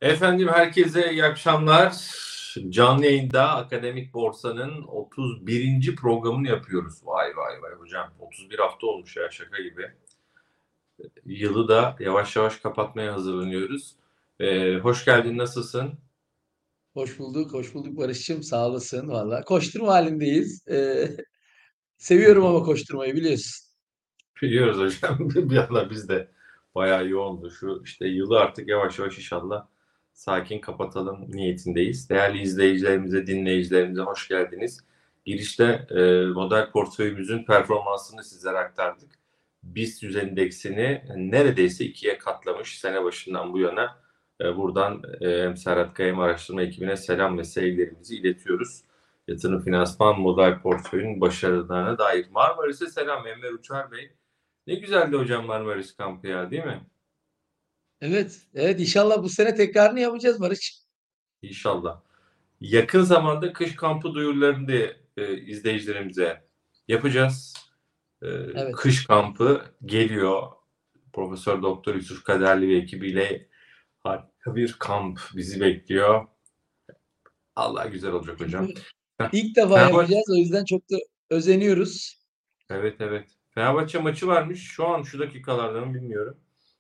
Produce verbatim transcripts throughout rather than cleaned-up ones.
Efendim herkese iyi akşamlar. Canlı yayında Akademik Borsa'nın otuz birinci programını yapıyoruz. Vay vay vay hocam. otuz bir hafta olmuş ya, şaka gibi. Yılı da yavaş yavaş kapatmaya hazırlanıyoruz. Ee, hoş geldin, nasılsın? Hoş bulduk, hoş bulduk Barış'cığım. Sağ olasın valla. Koşturma halindeyiz. Ee, seviyorum ama koşturmayı biliyorsun. Biliyoruz hocam. Bir yana biz de bayağı yoğundu. Şu işte yılı artık yavaş yavaş inşallah sakin kapatalım niyetindeyiz. Değerli izleyicilerimize, dinleyicilerimize hoş geldiniz. Girişte e, model portföyümüzün performansını sizlere aktardık. BIST yüz endeksini neredeyse ikiye katlamış sene başından bu yana. E, buradan e, hem Serhat Kaya hem araştırma ekibine selam ve sevgilerimizi iletiyoruz. Yatırım finansman model portföyün başarılarına dair. Marmaris'e selam Enver Uçar Bey. Ne güzeldi hocam Marmaris kampı ya, değil mi? Evet, evet inşallah bu sene tekrarını yapacağız Barış. İnşallah. Yakın zamanda kış kampı duyurularını da e, izleyicilerimize yapacağız. E, Evet. Kış kampı geliyor. Profesör Doktor Yusuf Kaderli ve ekibiyle harika bir kamp bizi bekliyor. Allah, güzel olacak hocam. İlk defa Fenerbahçe, yapacağız. O yüzden çok da özeniyoruz. evet evet. Fenerbahçe maçı varmış. Şu an şu dakikalarda mı bilmiyorum.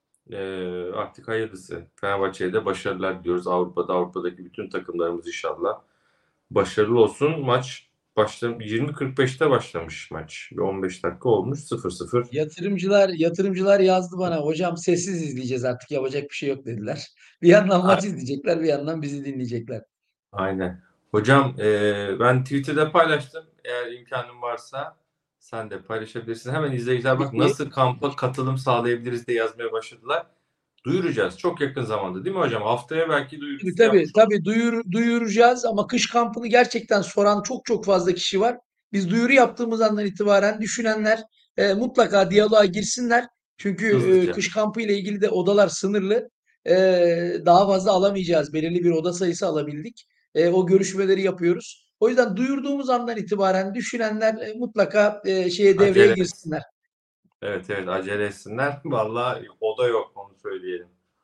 Ee, artık hayırlısı. Fenerbahçe'ye de başarılar diliyoruz. Avrupa'da, Avrupa'daki bütün takımlarımız inşallah başarılı olsun. Maç başlam yirmi kırk beşte başlamış maç. Bir on beş dakika olmuş. sıfır sıfır. Yatırımcılar, yatırımcılar yazdı bana. Hocam sessiz izleyeceğiz artık yapacak bir şey yok dediler. Bir yandan maç izleyecekler, bir yandan bizi dinleyecekler. Aynen. Hocam e, ben Twitter'da paylaştım. Eğer imkanın varsa sen de paylaşabilirsin. Hemen izleyiciler Tabii bak ki. nasıl kampa katılım sağlayabiliriz diye yazmaya başladılar. Duyuracağız çok yakın zamanda, değil mi hocam? Haftaya belki Tabii duyurusunu tabii, yapmış oluruz. tabii duyur, duyuracağız ama kış kampını gerçekten soran çok çok fazla kişi var. Biz duyuru yaptığımız andan itibaren düşünenler e, mutlaka diyaloğa girsinler. Çünkü e, Hızlıca. kış kampı ile ilgili de odalar sınırlı. E, daha fazla alamayacağız. Belirli bir oda sayısı alabildik. E, o görüşmeleri yapıyoruz. O yüzden duyurduğumuz andan itibaren düşünenler e, mutlaka e, şeye devreye Acele et. girsinler. Evet evet, acele etsinler. Vallahi o da yok, onu söyleyelim.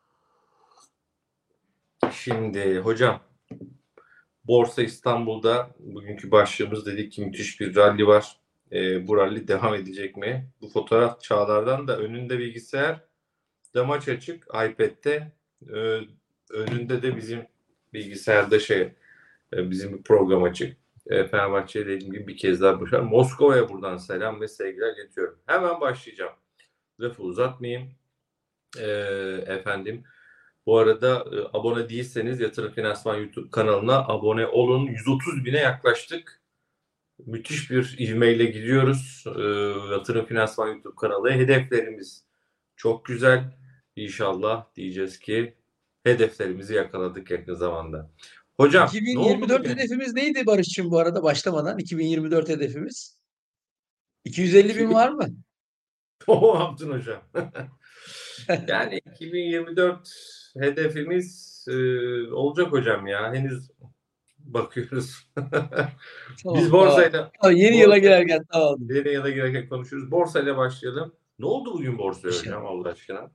Şimdi hocam, Borsa İstanbul'da bugünkü başlığımız, dedik ki müthiş bir rally var. E, bu rally devam edecek mi? Bu fotoğraf Çağlar'dan da önünde bilgisayar, da maç açık iPad'de. E, Önünde de bizim bilgisayarda şey e, bizim bir program açık. E, Fenerbahçe ile ilgili bir kez daha başlar. Moskova'ya buradan selam ve sevgiler iletiyorum. Hemen başlayacağım. Lafı uzatmayayım. E, efendim Bu arada e, abone değilseniz Yatırım Finansman YouTube kanalına abone olun. yüz otuz bine yaklaştık. Müthiş bir ivmeyle gidiyoruz. E, Yatırım Finansman YouTube kanalı. Hedeflerimiz çok güzel. İnşallah diyeceğiz ki hedeflerimizi yakaladık yakın zamanda. Hocam ne oldu iki bin yirmi dört bugün? hedefimiz neydi Barış'cığım bu arada başlamadan? iki bin yirmi dört hedefimiz. iki yüz elli bin iki bin var mı? O yaptın hocam. Yani iki bin yirmi dört hedefimiz e, olacak hocam ya. Henüz bakıyoruz. Biz Tamam tamam. borsayla Tamam, yeni yıla borsayla girerken tamam. yeni yıla girerken konuşuruz. Borsayla başlayalım. Ne oldu bugün borsaya İnşallah. hocam, Allah aşkına?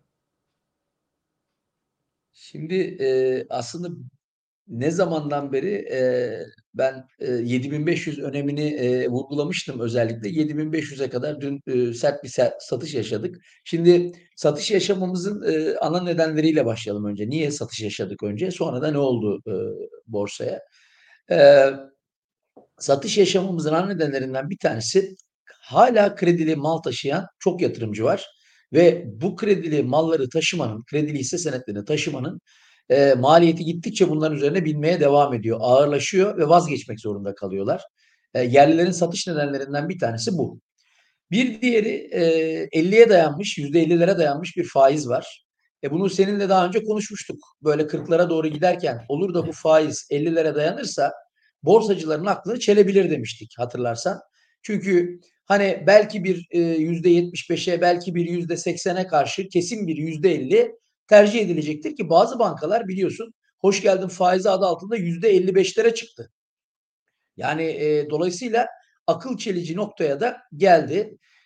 Şimdi e, aslında ne zamandan beri e, ben e, yedi bin beş yüz önemini e, vurgulamıştım özellikle. yedi bin beş yüze kadar dün e, sert bir se- satış yaşadık. Şimdi satış yaşamamızın e, ana nedenleriyle başlayalım önce. Niye satış yaşadık önce? Sonra da ne oldu e, borsaya? E, Satış yaşamamızın ana nedenlerinden bir tanesi hala kredili mal taşıyan çok yatırımcı var ve bu kredili malları taşımanın, kredili hisse senetlerini taşımanın e, maliyeti gittikçe bunların üzerine binmeye devam ediyor, ağırlaşıyor ve vazgeçmek zorunda kalıyorlar. E, yerlilerin satış nedenlerinden bir tanesi bu. Bir diğeri e, elliye dayanmış, yüzde ellilere dayanmış bir faiz var. E bunu seninle daha önce konuşmuştuk. Böyle kırklara doğru giderken olur da bu faiz ellilere dayanırsa borsacıların aklını çelebilir demiştik hatırlarsan. Çünkü hani belki bir e, yüzde yetmiş beşe belki bir yüzde seksene karşı kesin bir yüzde elli tercih edilecektir ki bazı bankalar biliyorsun hoş geldin faizi adı altında yüzde elli beşlere çıktı. Yani e, dolayısıyla akıl çelici noktaya da geldi.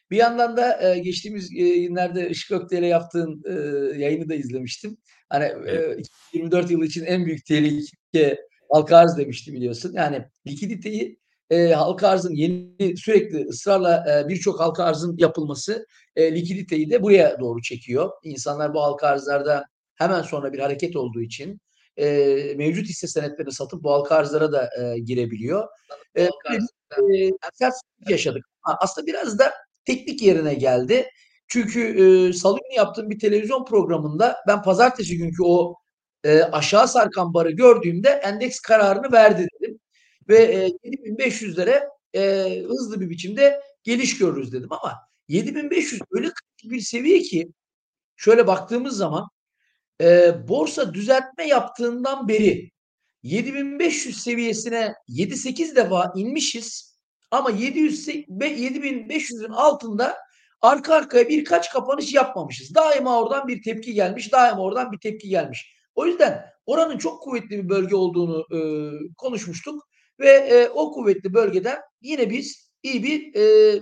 Bir yandan da, eee, geçtiğimiz, eee, günlerde Işık Gökçe'yle yaptığın, eee, yayını da izlemiştim. Hani, Evet. eee, iki bin yirmi dört yılı için en büyük tehlike halka arz demişti biliyorsun. Yani likiditeyi, eee, halka arzın yeni sürekli ısrarla, eee, birçok halka arzın yapılması, eee, likiditeyi de buraya doğru çekiyor. İnsanlar bu halka arzlarda hemen sonra bir hareket olduğu için, eee, mevcut hisse senetlerini satıp bu halka arzlara da, eee, girebiliyor. Eee, Halka böyle arzında. bir, eee, sert yaşadık. A aslında biraz da teknik yerine geldi. Çünkü, eee, salı günü yaptığım bir televizyon programında ben pazartesi günkü o, eee, aşağı sarkan barı gördüğümde endeks kararını verdi dedim ve, eee, yedi bin beş yüzlere, eee, hızlı bir biçimde geliş görürüz dedim ama yedi bin beş yüz öyle kritik bir seviye ki şöyle baktığımız zaman, eee, borsa düzeltme yaptığından beri yedi bin beş yüz seviyesine yedi sekiz defa inmişiz ama yedi yüz se be yedi bin beş yüzün altında arka arkaya birkaç kapanış yapmamışız. Daima oradan bir tepki gelmiş, daima oradan bir tepki gelmiş. O yüzden oranın çok kuvvetli bir bölge olduğunu, ııı, konuşmuştuk ve, eee, o kuvvetli bölgeden yine biz iyi bir, eee,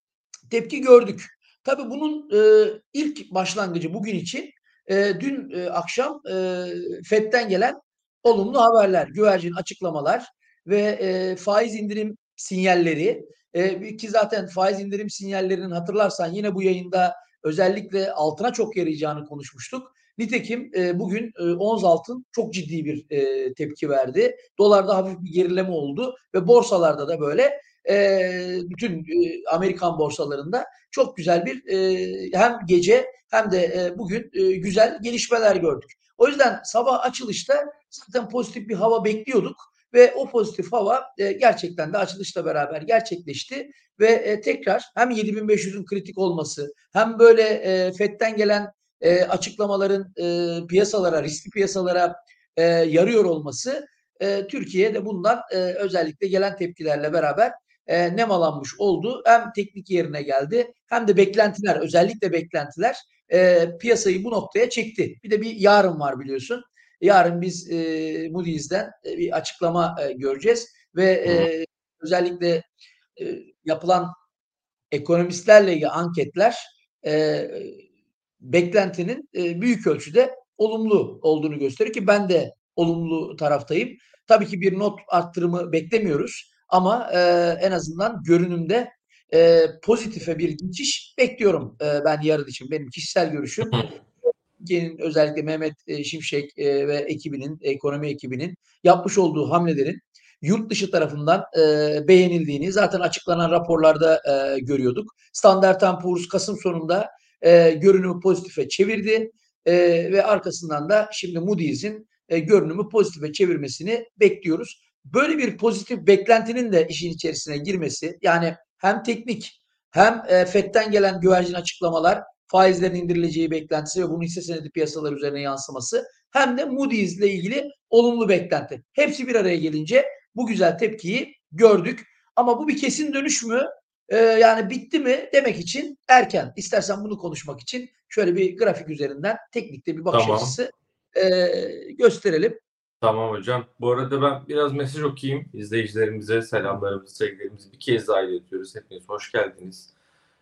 tepki gördük. Tabii bunun, eee, ilk başlangıcı bugün için, eee, dün, eee, akşam, eee, FED'den gelen olumlu haberler, güvercin açıklamalar ve, eee, faiz indirim sinyalleri, eee, ki zaten faiz indirim sinyallerinin hatırlarsan yine bu yayında özellikle altına çok yarayacağını konuşmuştuk. Nitekim, eee, bugün, eee, ons altın çok ciddi bir, eee, tepki verdi. Dolarda hafif bir gerileme oldu ve borsalarda da böyle, eee, bütün, eee, Amerikan borsalarında çok güzel bir, eee, hem gece hem de, eee, bugün, eee, güzel gelişmeler gördük. O yüzden sabah açılışta zaten pozitif bir hava bekliyorduk ve o pozitif hava, eee, gerçekten de açılışla beraber gerçekleşti ve, eee, tekrar hem yedi bin beş yüzün kritik olması hem böyle, eee, FED'den gelen, eee, açıklamaların, eee, piyasalara, riskli piyasalara, eee, yarıyor olması, eee, Türkiye bundan, eee, özellikle gelen tepkilerle beraber, eee, nemalanmış oldu. Hem teknik yerine geldi hem de beklentiler, özellikle beklentiler, eee, piyasayı bu noktaya çekti. Bir de bir yarın var biliyorsun. Yarın biz, eee, Moody's'den, eee, bir açıklama, eee, göreceğiz ve, Hı. eee, özellikle, eee, yapılan ekonomistlerle ilgili anketler, eee, beklentinin, eee, büyük ölçüde olumlu olduğunu gösteriyor ki ben de olumlu taraftayım. Tabii ki bir not arttırımı beklemiyoruz ama, eee, en azından görünümde, eee, pozitife bir geçiş bekliyorum, eee, ben yarın için. Benim kişisel görüşüm. Türkiye'nin özellikle Mehmet, eee, Şimşek, eee, ve ekibinin, ekonomi ekibinin yapmış olduğu hamlelerin yurt dışı tarafından, eee, beğenildiğini zaten açıklanan raporlarda, eee, görüyorduk. Standard and Poor's kasım sonunda, eee, görünümü pozitife çevirdi, eee, ve arkasından da şimdi Moody's'in, eee, görünümü pozitife çevirmesini bekliyoruz. Böyle bir pozitif beklentinin de işin içerisine girmesi, yani hem teknik hem, eee, FED'den gelen güvercin açıklamalar, faizlerin indirileceği beklentisi ve bunun hisse senedi piyasaları üzerine yansıması hem de Moody's'le ilgili olumlu beklenti. Hepsi bir araya gelince bu güzel tepkiyi gördük. Ama bu bir kesin dönüş mü? Ee, yani bitti mi demek için erken. İstersen bunu konuşmak için şöyle bir grafik üzerinden teknikte bir bakış Tamam. açısı e, gösterelim. Tamam hocam. Bu arada ben biraz mesaj okuyayım. İzleyicilerimize selamlarımızı, sevgilerimizi bir kez daha iletiyoruz. Hepiniz hoş geldiniz.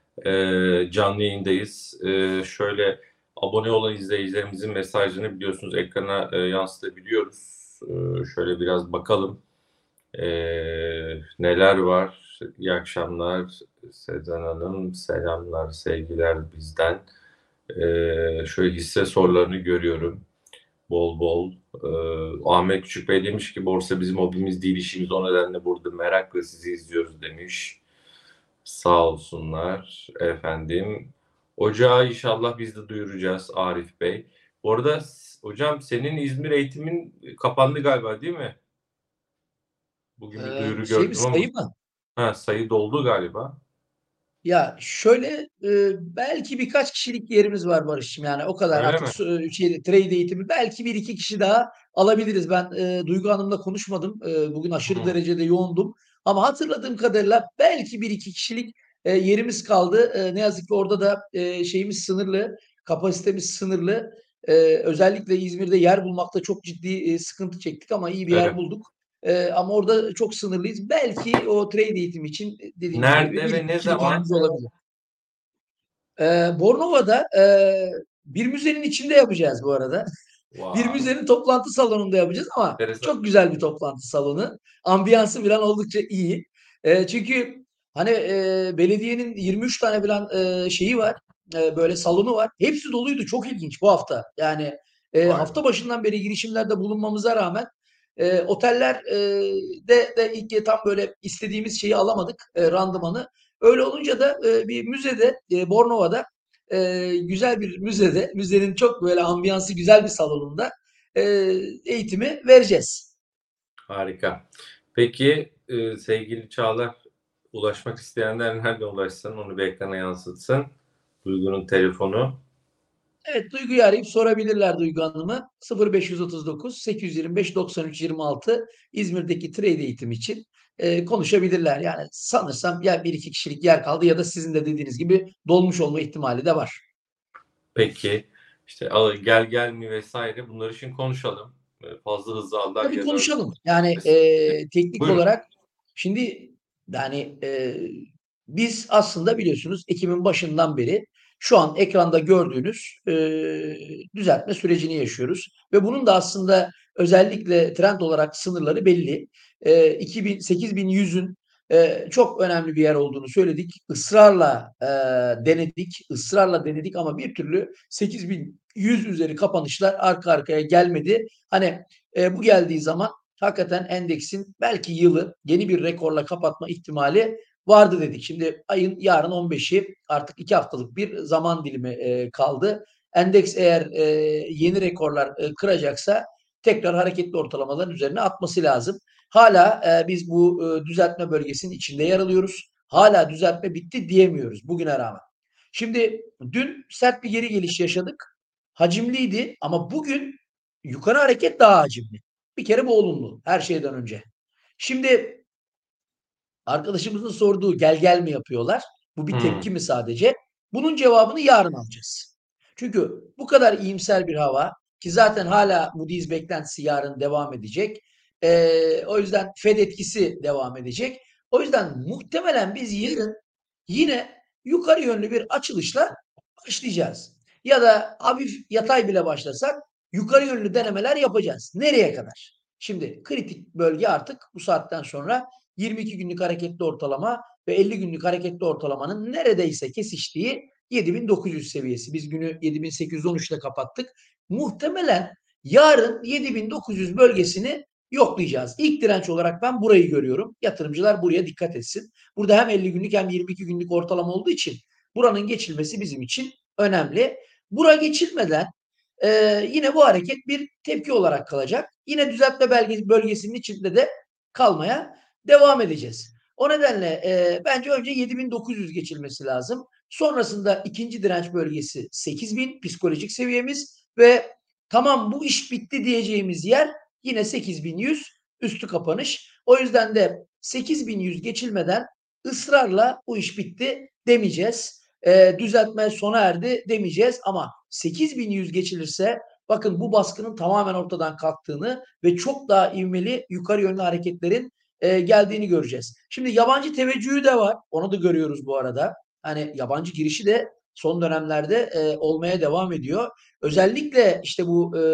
Ee, canlı yayındayız. Ee, şöyle abone olan izleyicilerimizin mesajını biliyorsunuz ekrana e, yansıtabiliyoruz. Ee, şöyle biraz bakalım. Ee, neler var? İyi akşamlar Sezen Hanım. Selamlar, sevgiler bizden. Ee, şöyle hisse sorularını görüyorum. Bol bol. Ee, Ahmet Küçük Bey demiş ki borsa bizim hobimiz değil işimiz o nedenle burada merakla sizi izliyoruz demiş. Sağ olsunlar efendim. Ocağı inşallah biz de duyuracağız Arif Bey. Bu arada hocam senin İzmir eğitimin kapandı galiba değil mi? Bugün bir Ee, duyuru şey mi gördüm ama sayı mı? ha, sayı doldu galiba. Ya şöyle, eee, belki birkaç kişilik yerimiz var Barış'cığım. Yani o kadar Öyle artık mi? su şeyde trade eğitimi belki bir iki kişi daha alabiliriz. Ben, eee, Duygu Hanım'la konuşmadım. Eee, bugün aşırı Hı, derecede yoğundum. Ama hatırladığım kadarıyla belki bir iki kişilik, eee, yerimiz kaldı. Eee, ne yazık ki orada da, eee, şeyimiz sınırlı, kapasitemiz sınırlı. Eee, özellikle İzmir'de yer bulmakta çok ciddi, eee, sıkıntı çektik ama iyi bir yer evet. bulduk. Eee, ama orada çok sınırlıyız. Belki o trade eğitimi için, dediğim gibi Nerede bir ve iki ne kişilik zaman? yerimiz olabilir. Eee, Bornova'da, eee, bir müzenin içinde yapacağız bu arada. Bir Wow. müzenin toplantı salonunda yapacağız ama Enteresan. çok güzel bir toplantı salonu. Ambiyansı filan oldukça iyi. Eee, çünkü, hani, eee, belediyenin yirmi üç tane filan, eee, şeyi var, eee, böyle salonu var. Hepsi doluydu. Çok ilginç bu hafta. Yani, eee, Vay be. hafta başından beri girişimlerde bulunmamıza rağmen, eee, oteller, eee, de de ilk tam böyle istediğimiz şeyi alamadık, eee, randımanı. Öyle olunca da, eee, bir müzede, eee, Bornova'da, eee, güzel bir müzede, müzenin çok böyle ambiyansı güzel bir salonunda, eee, eğitimi vereceğiz. Harika. Peki e, sevgili Çağlar, ulaşmak isteyenler nerede ulaşsın? Onu bir ekrana yansıtsın. Duygu'nun telefonu. Evet, Duygu'yu arayıp sorabilirler Duygu Hanım'ı. sıfır beş otuz dokuz sekiz yüz yirmi beş doksan üç yirmi altı İzmir'deki trade eğitimi için eee, konuşabilirler. Yani sanırsam ya bir iki kişilik yer kaldı ya da sizin de dediğiniz gibi dolmuş olma ihtimali de var. Peki işte al- gel gel mi vesaire bunlar için konuşalım. E, Fazla hızlı aldılar Tabii ya da konuşalım. Yani, eee, teknik buyurun. olarak şimdi, yani, eee, biz aslında biliyorsunuz ekim'in başından beri şu an ekranda gördüğünüz, eee, düzeltme sürecini yaşıyoruz ve bunun da aslında özellikle trend olarak sınırları belli. Eee, iki bin sekiz bin yüzün, eee, çok önemli bir yer olduğunu söyledik. Israrla, eee, denedik, ısrarla denedik ama bir türlü sekiz bin yüz üzeri kapanışlar arka arkaya gelmedi. Hani, Eee, bu geldiği zaman hakikaten endeksin belki yılı yeni bir rekorla kapatma ihtimali vardı dedik. Şimdi ayın yarın on beşi artık iki haftalık bir zaman dilimi eee, kaldı. Endeks eğer eee, yeni rekorlar eee, kıracaksa tekrar hareketli ortalamaların üzerine atması lazım. Hala eee, biz bu eee, düzeltme bölgesinin içinde yer alıyoruz. Hala düzeltme bitti diyemiyoruz bugüne rağmen. Şimdi dün sert bir geri geliş yaşadık. Hacimliydi ama bugün yukarı hareket daha hacimli. Bir kere bu olumlu her şeyden önce. Şimdi arkadaşımızın sorduğu gel gel mi yapıyorlar? Bu bir tepki Hmm. mi sadece? Bunun cevabını yarın alacağız. Çünkü bu kadar iyimser bir hava ki zaten hala Moody's beklentisi yarın devam edecek. Ee, o yüzden Fed etkisi devam edecek. O yüzden muhtemelen biz yarın yine yukarı yönlü bir açılışla başlayacağız. Ya da hafif yatay bile başlasak yukarı yönlü denemeler yapacağız. Nereye kadar? Şimdi kritik bölge artık bu saatten sonra yirmi iki günlük hareketli ortalama ve elli günlük hareketli ortalamanın neredeyse kesiştiği yedi bin dokuz yüz seviyesi. Biz günü yedi bin sekiz yüz on üç ile kapattık. Muhtemelen yarın yedi bin dokuz yüz bölgesini yoklayacağız. İlk direnç olarak ben burayı görüyorum. Yatırımcılar buraya dikkat etsin. Burada hem elli günlük hem yirmi iki günlük ortalama olduğu için buranın geçilmesi bizim için önemli. Bura geçilmeden e, yine bu hareket bir tepki olarak kalacak. Yine düzeltme belge, bölgesinin içinde de kalmaya devam edeceğiz. O nedenle e, bence önce yedi bin dokuz yüz geçilmesi lazım. Sonrasında ikinci direnç bölgesi sekiz bin psikolojik seviyemiz ve tamam bu iş bitti diyeceğimiz yer yine sekiz bin yüz üstü kapanış. O yüzden de sekiz bin yüz geçilmeden ısrarla bu iş bitti demeyeceğiz. E, düzeltme sona erdi demeyeceğiz ama sekiz bin yüz geçilirse bakın bu baskının tamamen ortadan kalktığını ve çok daha ivmeli yukarı yönlü hareketlerin e, geldiğini göreceğiz. Şimdi yabancı teveccühü de var. Onu da görüyoruz bu arada. Hani yabancı girişi de son dönemlerde e, olmaya devam ediyor. Özellikle işte bu e,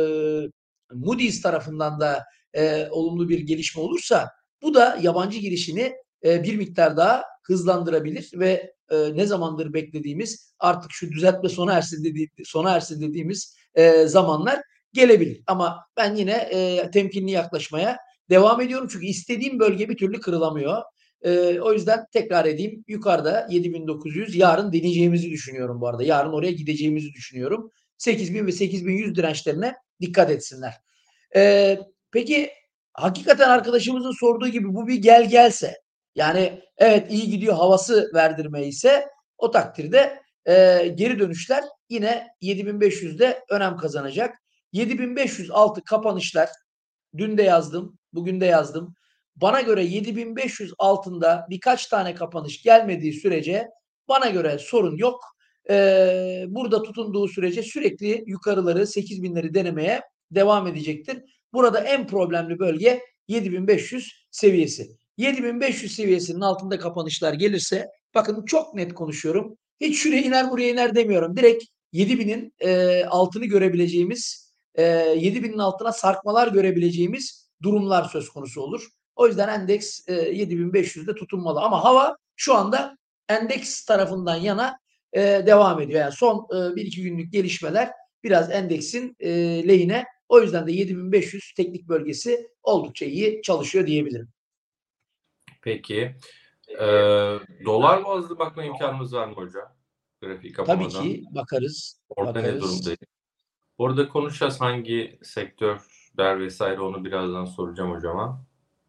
Moody's tarafından da e, olumlu bir gelişme olursa bu da yabancı girişini e, bir miktar daha hızlandırabilir ve e, ne zamandır beklediğimiz artık şu düzeltme sona ersin dediği, sona ersin dediğimiz e, zamanlar gelebilir. Ama ben yine e, temkinli yaklaşmaya devam ediyorum çünkü istediğim bölge bir türlü kırılamıyor. E, o yüzden tekrar edeyim yukarıda yedi bin dokuz yüz yarın deneyeceğimizi düşünüyorum bu arada. Yarın oraya gideceğimizi düşünüyorum. sekiz bin ve sekiz bin yüz dirençlerine dikkat etsinler. E, peki hakikaten arkadaşımızın sorduğu gibi bu bir gel gelse yani evet iyi gidiyor havası verdirme ise o takdirde e, geri dönüşler yine yedi bin beş yüzde önem kazanacak. yedi bin beş yüz altı kapanışlar dün de yazdım, bugün de yazdım. Bana göre yedi bin beş yüz altında birkaç tane kapanış gelmediği sürece bana göre sorun yok. Ee, burada tutunduğu sürece sürekli yukarıları sekiz binleri denemeye devam edecektir. Burada en problemli bölge yedi bin beş yüz seviyesi. yedi bin beş yüz seviyesinin altında kapanışlar gelirse bakın çok net konuşuyorum. Hiç şuraya iner buraya iner demiyorum. Direkt yedi binin e, altını görebileceğimiz, e, yedi binin altına sarkmalar görebileceğimiz durumlar söz konusu olur. O yüzden endeks e, yedi bin beş yüzde tutunmalı. Ama hava şu anda endeks tarafından yana e, devam ediyor. Yani son e, bir iki günlük gelişmeler biraz endeksin e, lehine. O yüzden de yedi bin beş yüz teknik bölgesi oldukça iyi çalışıyor diyebilirim. Peki. Ee, dolar bazlı bakma imkanımız var mı hocam? Grafiği Tabii kapamadan. ki bakarız, Orada ne bakarız. durumdayız? Orada konuşacağız, hangi sektörler vesaire, onu birazdan soracağım hocama.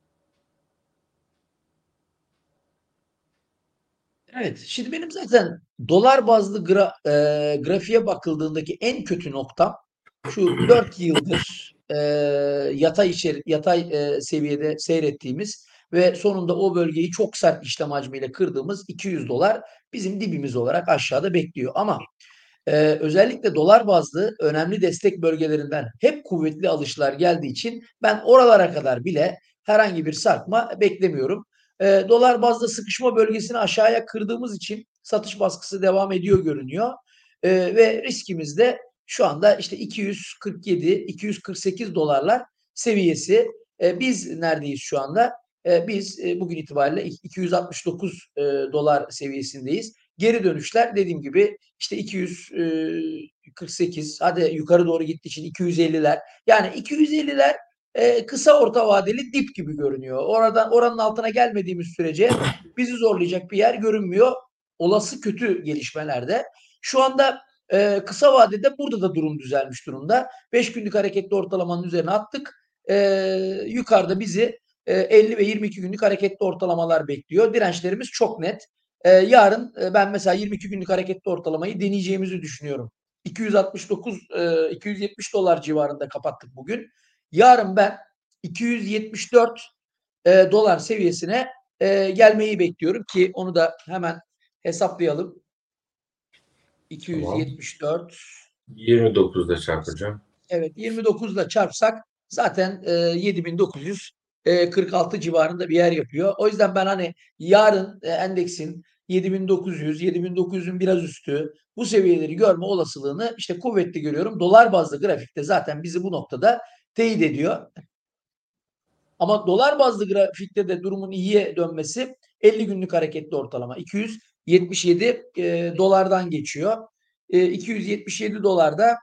Evet, şimdi benim zaten dolar bazlı gra, e, grafiğe bakıldığındaki en kötü noktam şu dört yıldır e, yatay içeri, yatay e, seviyede seyrettiğimiz ve sonunda o bölgeyi çok sert işlem hacmiyle kırdığımız iki yüz dolar bizim dibimiz olarak aşağıda bekliyor. Ama ee, özellikle dolar bazlı önemli destek bölgelerinden hep kuvvetli alışlar geldiği için ben oralara kadar bile herhangi bir sarkma beklemiyorum. Ee, dolar bazlı sıkışma bölgesini aşağıya kırdığımız için satış baskısı devam ediyor görünüyor. Ee, ve riskimiz de şu anda işte iki yüz kırk yedi iki yüz kırk sekiz dolarlar seviyesi. Ee, biz neredeyiz şu anda? Ee, biz e, bugün itibariyle iki yüz altmış dokuz e, dolar seviyesindeyiz. Geri dönüşler dediğim gibi işte iki yüz kırk sekiz, hadi yukarı doğru gittiği için iki yüz elliler. Yani iki yüz elliler e, kısa orta vadeli dip gibi görünüyor. Oradan oranın altına gelmediğimiz sürece bizi zorlayacak bir yer görünmüyor. Olası kötü gelişmelerde. Şu anda e, kısa vadede burada da durum düzelmiş durumda. beş günlük hareketli ortalamanın üzerine attık. E, yukarıda bizi e, elli ve yirmi iki günlük hareketli ortalamalar bekliyor. Dirençlerimiz çok net. Ee, yarın e, ben mesela yirmi iki günlük hareketli ortalamayı deneyeceğimizi düşünüyorum. iki yüz altmış dokuz, e, iki yüz yetmiş dolar civarında kapattık bugün. Yarın ben iki yüz yetmiş dört e, dolar seviyesine e, gelmeyi bekliyorum ki onu da hemen hesaplayalım. Tamam. iki yüz yetmiş dört, yirmi dokuzda çarpacağım. evet, yirmi dokuzla çarpsak zaten e, yedi bin dokuz yüz kırk altı civarında bir yer yapıyor. O yüzden ben hani yarın e, endeksin yedi bin dokuz yüz, yedi bin dokuz yüzün biraz üstü bu seviyeleri görme olasılığını işte kuvvetli görüyorum. Dolar bazlı grafikte zaten bizi bu noktada teyit ediyor. Ama dolar bazlı grafikte de durumun iyiye dönmesi elli günlük hareketli ortalama iki yüz yetmiş yedi e, dolardan geçiyor. E, iki yüz yetmiş yedi dolarda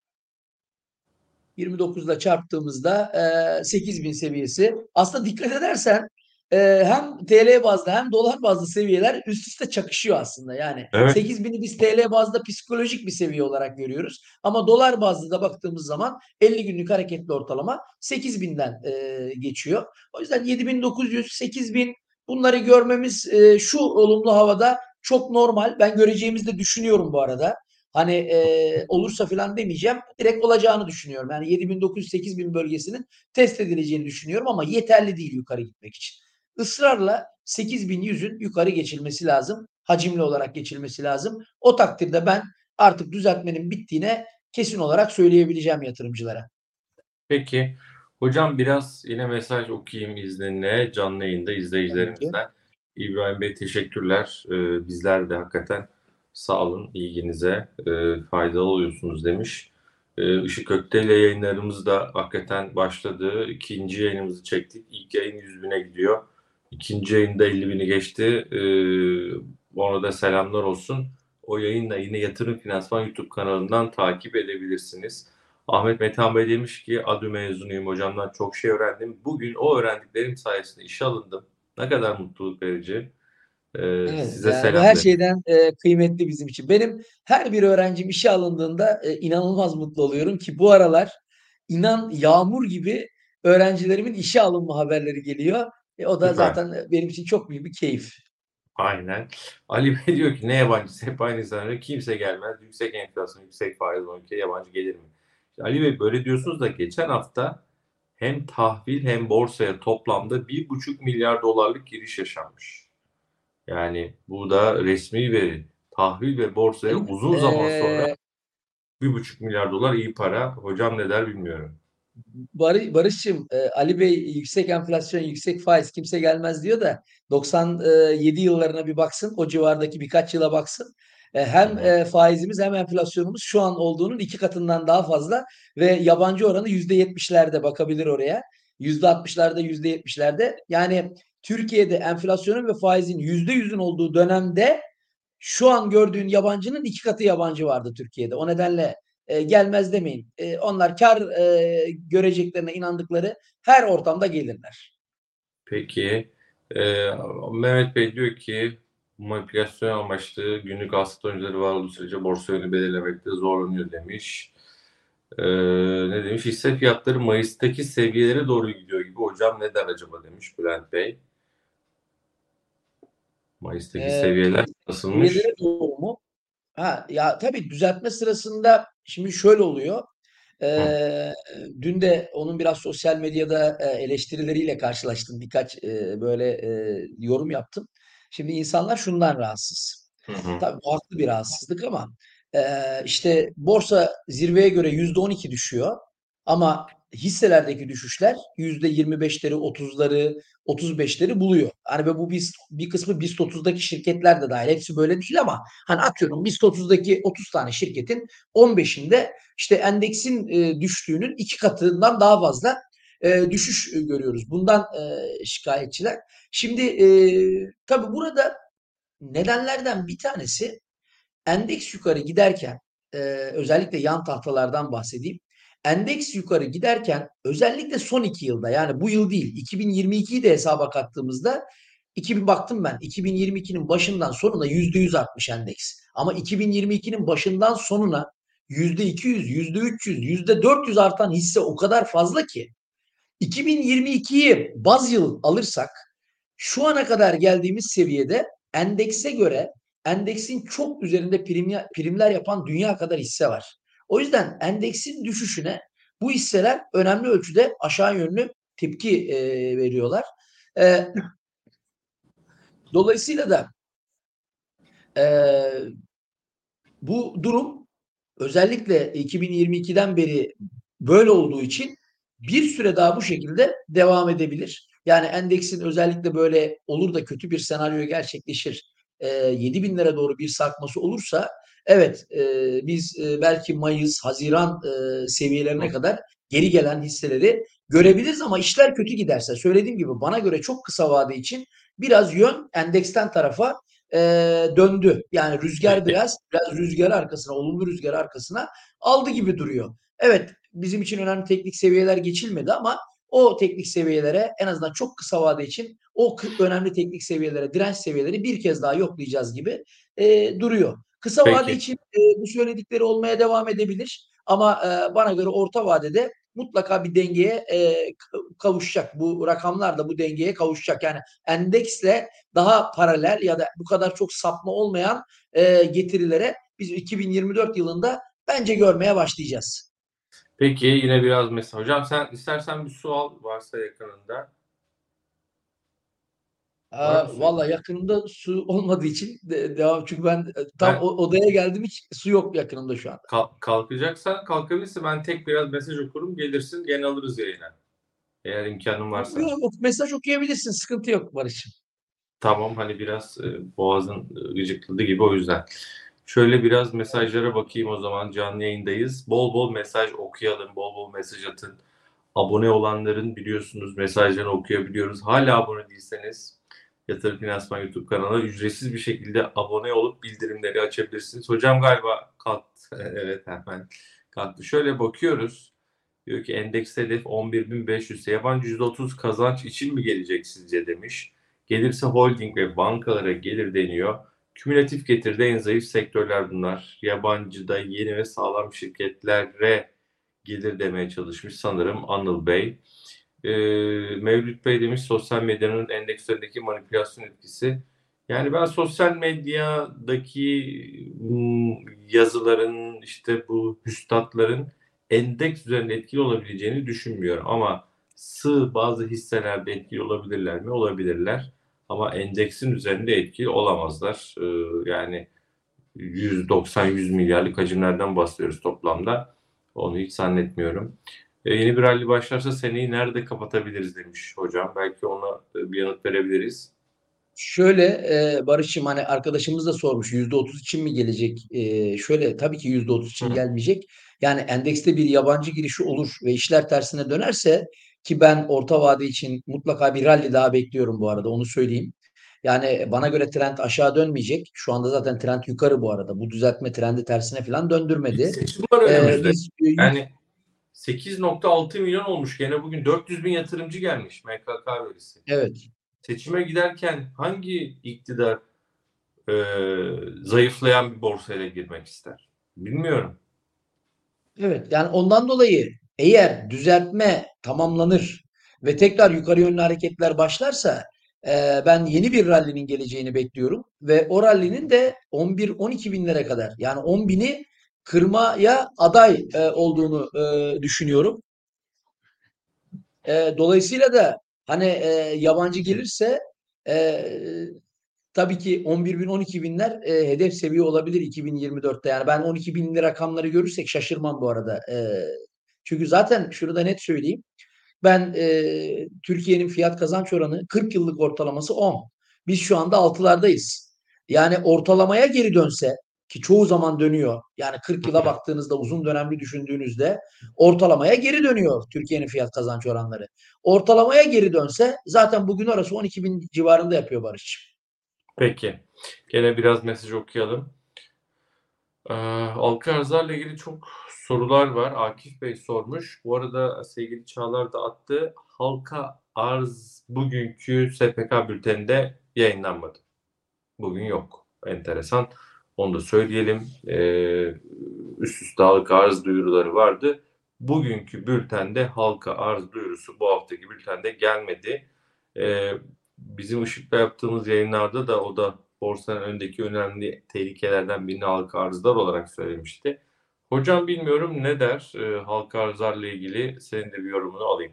yirmi dokuzla çarptığımızda e, sekiz bin seviyesi. Aslında dikkat edersen e, hem T L bazlı hem dolar bazlı seviyeler üst üste çakışıyor aslında. Yani Evet. sekiz bini biz T L bazda psikolojik bir seviye olarak görüyoruz. Ama dolar bazlı da baktığımız zaman elli günlük hareketli ortalama sekiz binden e, geçiyor. O yüzden yedi bin dokuz yüz, sekiz bin bunları görmemiz e, şu olumlu havada çok normal. Ben göreceğimizi de düşünüyorum bu arada. Hani e, olursa falan demeyeceğim. Direkt olacağını düşünüyorum. Yani yedi bin dokuz yüz sekiz bin bölgesinin test edileceğini düşünüyorum ama yeterli değil yukarı gitmek için. Israrla sekiz bin yüzün yukarı geçilmesi lazım. Hacimli olarak geçilmesi lazım. O takdirde ben artık düzeltmenin bittiğine kesin olarak söyleyebileceğim yatırımcılara. Peki. Hocam biraz yine mesaj okuyayım izninle canlı yayında Tabii ki. izleyicilerimizden. İbrahim Bey teşekkürler. Ee, bizler de hakikaten sağ olun ilginize e, faydalı oluyorsunuz demiş. Ee, Işık Ökte ile yayınlarımız da hakikaten başladı. İkinci yayınımızı çektik. İlk yayın yüz bine gidiyor. İkinci yayında elli bini geçti. Ee, ona da selamlar olsun. O yayınla yine Yatırım Finansman YouTube kanalından takip edebilirsiniz. Ahmet Metehan Bey demiş ki ADÜ mezunuyum, hocamdan çok şey öğrendim. Bugün o öğrendiklerim sayesinde işe alındım. Ne kadar mutluluk verici. Ee, Evet, size yani bu her selam demiş. şeyden e, kıymetli bizim için. Benim her bir öğrencim işe alındığında e, inanılmaz mutlu oluyorum ki bu aralar inan yağmur gibi öğrencilerimin işe alınma haberleri geliyor. E, o da Süper. zaten benim için çok büyük bir keyif. Aynen. Ali Bey diyor ki ne yabancısı, hep aynı senaryo, kimse gelmez. Yüksek enflasyon, yüksek faiz olan ülkeye yabancı gelir mi? İşte Ali Bey böyle diyorsunuz da geçen hafta hem tahvil hem borsaya toplamda bir buçuk milyar dolarlık giriş yaşanmış. Yani bu da resmi veri. Tahvil ve borsaya Benim uzun zaman sonra e, bir buçuk milyar dolar iyi para. Hocam ne der bilmiyorum. Barış, Barış'cığım, e, Ali Bey yüksek enflasyon, yüksek faiz kimse gelmez diyor da doksan yedi yıllarına bir baksın, o civardaki birkaç yıla baksın. E, Hı hem hı. e, faizimiz hem enflasyonumuz şu an olduğunun iki katından daha fazla ve yabancı oranı yüzde yetmişlerde, bakabilir oraya. yüzde altmışlarda, yüzde yetmişlerde. Yani Türkiye'de enflasyonun ve faizin yüzde yüzün olduğu dönemde şu an gördüğün yabancının iki katı yabancı vardı Türkiye'de. O nedenle e, gelmez demeyin. E, onlar kar e, göreceklerine inandıkları her ortamda gelirler. Peki. Ee, Mehmet Bey diyor ki manipülasyon amaçlı günlük alsat oyuncuları var olduğu sürece borsa yönü belirlemekte zorlanıyor demiş. Ee, Ne demiş? Hisse fiyatları Mayıs'taki seviyelere doğru gidiyor gibi. Hocam ne der acaba demiş Bülent Bey. Mayıs'taki E, seviyeler nasılmış? Seviyelere doğru mu? Ha, ya tabii düzeltme sırasında şimdi şöyle oluyor. Hı Eee, Dün de onun biraz sosyal medyada e, eleştirileriyle karşılaştım. Birkaç e, böyle e, yorum yaptım. Şimdi insanlar şundan rahatsız. hı. Hı. Tabii bu haklı bir rahatsızlık ama e, işte borsa zirveye göre yüzde on iki düşüyor. Ama hisselerdeki düşüşler yüzde yirmi beşleri, otuzları, otuz beşleri buluyor. Hani ve bu biz bir kısmı BIST otuzdaki şirketler de dahil. Hepsi böyle değil ama hani atıyorum BIST otuzdaki otuz tane şirketin on beşinde işte endeksin e, düştüğünün iki katından daha fazla e, düşüş e, görüyoruz. Bundan e, şikayetçiler. Şimdi e, tabii burada nedenlerden bir tanesi endeks yukarı giderken e, özellikle yan tahtalardan bahsedeyim. Endeks yukarı giderken özellikle son iki yılda, yani bu yıl değil iki bin yirmi ikiyi de hesaba kattığımızda iki bin baktım ben iki bin yirmi ikinin başından sonuna yüzde yüz artmış endeks. Ama iki bin yirmi ikinin başından sonuna yüzde iki yüz, yüzde üç yüz, yüzde dört yüz artan hisse o kadar fazla ki iki bin yirmi ikiyi baz yıl alırsak şu ana kadar geldiğimiz seviyede endekse göre endeksin çok üzerinde prim, primler yapan dünya kadar hisse var. O yüzden endeksin düşüşüne bu hisseler önemli ölçüde aşağı yönlü tepki e, veriyorlar. E, Dolayısıyla da e, bu durum özellikle iki bin yirmi ikiden beri böyle olduğu için bir süre daha bu şekilde devam edebilir. Yani endeksin özellikle böyle olur da kötü bir senaryo gerçekleşir, e, yedi binlere doğru bir sarkması olursa evet, e, biz e, belki Mayıs, Haziran e, seviyelerine Hı. kadar geri gelen hisseleri görebiliriz ama işler kötü giderse söylediğim gibi bana göre çok kısa vade için biraz yön endeksten tarafa e, döndü. Yani rüzgar Peki. biraz biraz rüzgar arkasına, olumlu rüzgar arkasına aldı gibi duruyor. Evet, bizim için önemli teknik seviyeler geçilmedi ama o teknik seviyelere en azından çok kısa vade için o önemli teknik seviyelere, direnç seviyeleri bir kez daha yoklayacağız gibi e, duruyor. Kısa vade Peki. için e, bu söyledikleri olmaya devam edebilir ama e, bana göre orta vadede mutlaka bir dengeye e, kavuşacak. Bu rakamlar da bu dengeye kavuşacak. Yani endeksle daha paralel ya da bu kadar çok sapma olmayan e, getirilere biz iki bin yirmi dört yılında bence görmeye başlayacağız. Peki yine biraz mesela. Hocam sen istersen bir su al varsa yakınında. Var mı Aa, su? valla yakınımda su olmadığı için de, devam, çünkü ben e, tam Ben o, odaya geldim, hiç su yok yakınımda şu anda. Kalk, kalkacaksan kalkabilirsin. Ben tek biraz mesaj okurum. Gelirsin gene alırız yayına. Eğer imkanın varsa. Yok, mesaj okuyabilirsin, sıkıntı yok Barış'ım. Tamam hani biraz e, boğazın e, gıcıkladı gibi o yüzden. Şöyle biraz mesajlara bakayım o zaman canlı yayındayız. Bol bol mesaj okuyalım. Bol bol mesaj atın. Abone olanların biliyorsunuz mesajlarını okuyabiliyoruz. Hala abone değilseniz Yatırım Finansman YouTube kanalına ücretsiz bir şekilde abone olup bildirimleri açabilirsiniz. Hocam galiba kalktı. Evet hemen kalktı. Şöyle bakıyoruz. Diyor ki endeks hedef on bir bin beş yüz. Yabancı yüzde otuz kazanç için mi gelecek sizce demiş. Gelirse holding ve bankalara gelir deniyor. Kümülatif getiride en zayıf sektörler bunlar. Yabancıda yeni ve sağlam şirketlere gelir demeye çalışmış sanırım Anıl Bey. Ee, Mevlüt Bey demiş sosyal medyanın endekslerindeki manipülasyon etkisi. Yani ben sosyal medyadaki hmm, yazıların işte bu hüstatların endeks üzerinde etkili olabileceğini düşünmüyorum. Ama sığ bazı hisselerde etkili olabilirler mi? Olabilirler. Ama endeksin üzerinde etkili olamazlar. Ee, yani yüz doksan yüz milyarlık hacimlerden bahsediyoruz toplamda. Onu hiç zannetmiyorum. E, yeni bir rally başlarsa seneyi nerede kapatabiliriz demiş hocam. Belki ona e, bir yanıt verebiliriz. Şöyle e, Barış'cığım, hani arkadaşımız da sormuş yüzde otuz için mi gelecek? E, şöyle tabii ki yüzde otuz için Hı. gelmeyecek. Yani endekste bir yabancı girişi olur ve işler tersine dönerse, ki ben orta vade için mutlaka bir rally daha bekliyorum bu arada, onu söyleyeyim. Yani bana göre trend aşağı dönmeyecek. Şu anda zaten trend yukarı bu arada. Bu düzeltme trendi tersine falan Bir döndürmedi. seçim var E, önümüzde. biz e, yüz- Yani sekiz nokta altı milyon olmuş. Gene bugün dört yüz bin yatırımcı gelmiş M K K verisi. evet. Seçime giderken hangi iktidar e, zayıflayan bir borsayla girmek ister? Bilmiyorum. Evet, yani ondan dolayı eğer düzeltme tamamlanır ve tekrar yukarı yönlü hareketler başlarsa, e, ben yeni bir rally'nin geleceğini bekliyorum ve o rally'nin de on bir on iki binlere kadar, yani on bini kırmaya aday e, olduğunu e, düşünüyorum. E, dolayısıyla da hani e, yabancı gelirse, e, tabii ki on bir bin on iki binler e, hedef seviye olabilir iki bin yirmi dörtte. Yani ben on iki binli rakamları görürsek şaşırmam bu arada. E, çünkü zaten şunu da net söyleyeyim. Ben e, Türkiye'nin fiyat kazanç oranı kırk yıllık ortalaması on. Biz şu anda altılardayız. Yani ortalamaya geri dönse, ki çoğu zaman dönüyor. Yani kırk yıla baktığınızda, uzun dönemli düşündüğünüzde ortalamaya geri dönüyor Türkiye'nin fiyat kazanç oranları. Ortalamaya geri dönse zaten bugün orası on iki bin civarında yapıyor Barış. Peki. Gene biraz mesaj okuyalım. Ee, halka arzlarla ilgili çok sorular var. Akif Bey sormuş. Bu arada sevgili Çağlar da attı. Halka arz bugünkü S P K bülteninde yayınlanmadı. Bugün yok. Enteresan. Onu da söyleyelim. Ee, üst üste halka arz duyuruları vardı. Bugünkü bültende halka arz duyurusu bu haftaki bültende gelmedi. Ee, bizim Işık'la yaptığımız yayınlarda da o da borsanın önündeki önemli tehlikelerden birini halka arzlar olarak söylemişti. Hocam bilmiyorum ne der e, halka arzlarla ilgili, senin de bir yorumunu alayım.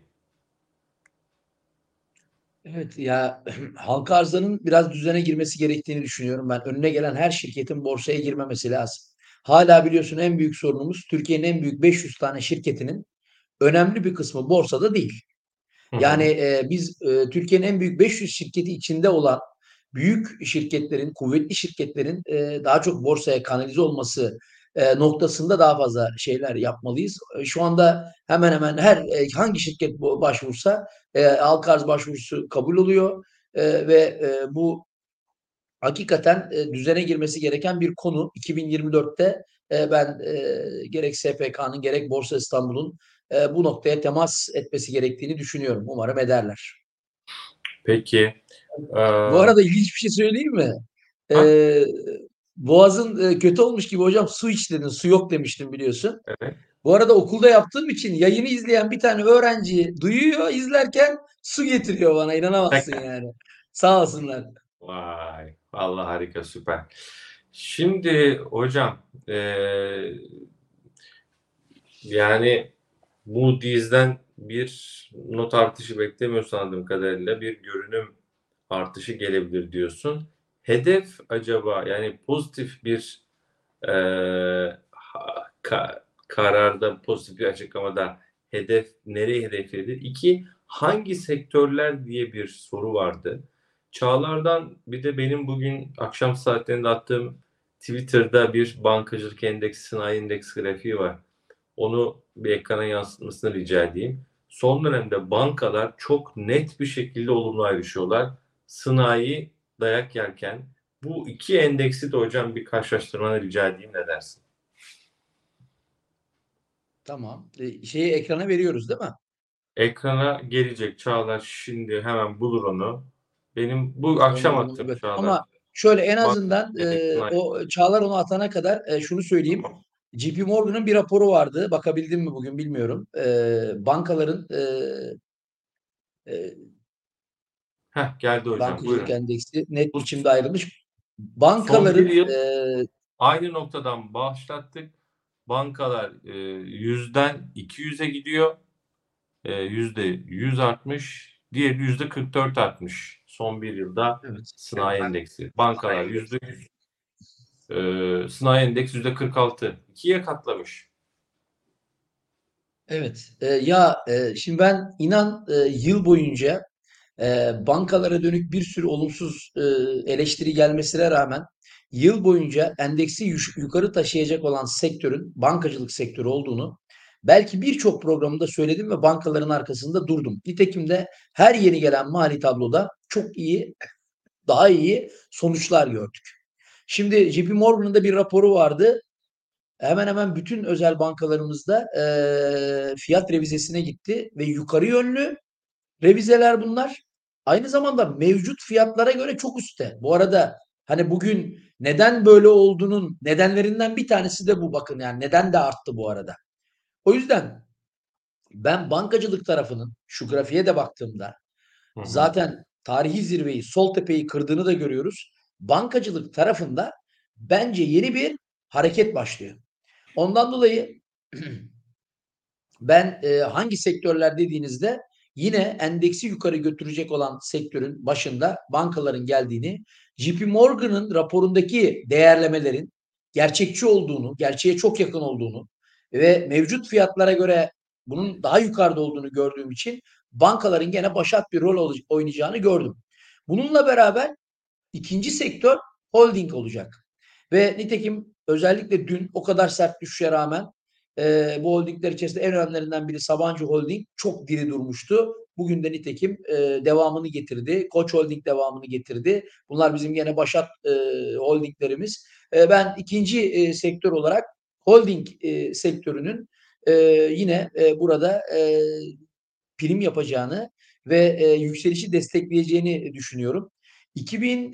Evet ya, halka arzların biraz düzene girmesi gerektiğini düşünüyorum ben. Önüne gelen her şirketin borsaya girmemesi lazım. Hala biliyorsun, en büyük sorunumuz Türkiye'nin en büyük beş yüz tane şirketinin önemli bir kısmı borsada değil. Hı Yani hı. e, biz e, Türkiye'nin en büyük beş yüz şirketi içinde olan büyük şirketlerin, kuvvetli şirketlerin e, daha çok borsaya kanalize olması e, noktasında daha fazla şeyler yapmalıyız. E, şu anda hemen hemen her e, hangi şirket bu- başvursa e, halka arz başvurusu kabul oluyor. E, ve e, bu hakikaten e, düzene girmesi gereken bir konu. iki bin yirmi dörtte e, ben e, gerek S P K'nın gerek Borsa İstanbul'un e, bu noktaya temas etmesi gerektiğini düşünüyorum. Umarım ederler. Peki. Bu Ee, arada ilginç bir şey söyleyeyim mi? ha? E, Boğazın e, kötü olmuş gibi hocam, su iç dedin. Su yok demiştin, biliyorsun. Evet. Bu arada okulda yaptığım için yayını izleyen bir tane öğrenci duyuyor, izlerken su getiriyor bana. İnanamazsın Şaka. yani. Sağ olsunlar. Vay, vallahi harika, süper. Şimdi hocam, eee, yani Moody's'den bir not artışı beklemiyorsun anladığım kadarıyla, bir görünüm artışı gelebilir diyorsun. Hedef acaba, yani pozitif bir eee, ha- ka- kararda, pozitif bir açıklamada hedef nereye hedefledi? İki, hangi sektörler diye bir soru vardı. Çağlar'dan bir de benim bugün akşam saatlerinde attığım Twitter'da bir bankacılık endeksi, sanayi endeks grafiği var. Onu bir ekrana yansıtmasını rica edeyim. Son dönemde bankalar çok net bir şekilde olumlu ayrışıyorlar. Sanayi dayak yerken bu iki endeksi de hocam bir karşılaştırmanı rica edeyim, ne dersin? Tamam. E, şeyi ekrana veriyoruz değil mi? Ekrana gelecek Çağlar, şimdi hemen bulur onu. Benim bu akşam Onu bunu attım evet. Çağlar. Ama şöyle, en Banka azından endeksi e, sanayi. o Çağlar onu atana kadar e, şunu söyleyeyim. Tamam. J P Morgan'ın bir raporu vardı. Bakabildin mi bugün bilmiyorum. E, bankaların e, e, Heh, geldi hocam, bankacılık buyurun. endeksi net Bu biçimde ayrılmış. son bir Bankaların yıl e, aynı noktadan başlattık. Bankalar e, yüzden iki yüze gidiyor. E, yüzde yüz artmış. Diğeri yüzde kırk dört artmış. Son bir yılda evet. sanayi endeksi. Bankalar yüzde yüz. E, sanayi endeks yüzde kırk altı. İkiye katlamış. Evet. E, ya e, şimdi ben inan, e, yıl boyunca e, bankalara dönük bir sürü olumsuz e, eleştiri gelmesine rağmen yıl boyunca endeksi yuş- yukarı taşıyacak olan sektörün bankacılık sektörü olduğunu belki birçok programda söyledim ve bankaların arkasında durdum. Nitekim de her yeni gelen mali tabloda çok iyi, daha iyi sonuçlar gördük. Şimdi J P Morgan'ın da bir raporu vardı. Hemen hemen bütün özel bankalarımızda eee, fiyat revizesine gitti ve yukarı yönlü revizeler bunlar. Aynı zamanda mevcut fiyatlara göre çok üstte. Bu arada hani bugün neden böyle olduğunun nedenlerinden bir tanesi de bu, bakın yani neden de arttı bu arada. O yüzden ben bankacılık tarafının şu grafiğe de baktığımda Hı hı. zaten tarihi zirveyi, sol tepeyi kırdığını da görüyoruz. Bankacılık tarafında bence yeni bir hareket başlıyor. Ondan dolayı ben e, hangi sektörler dediğinizde yine endeksi yukarı götürecek olan sektörün başında bankaların geldiğini, J P Morgan'ın raporundaki değerlemelerin gerçekçi olduğunu, gerçeğe çok yakın olduğunu ve mevcut fiyatlara göre bunun daha yukarıda olduğunu gördüğüm için bankaların gene başat bir rol oynayacağını gördüm. Bununla beraber İkinci sektör holding olacak. Ve nitekim özellikle dün o kadar sert düşüşe rağmen e, bu holdingler içerisinde en önemlilerinden biri Sabancı Holding çok diri durmuştu. Bugün de nitekim e, devamını getirdi. Koç Holding devamını getirdi. Bunlar bizim gene başat e, holdinglerimiz. E, ben ikinci e, sektör olarak holding e, sektörünün e, yine e, burada e, prim yapacağını ve e, yükselişi destekleyeceğini düşünüyorum. iki bin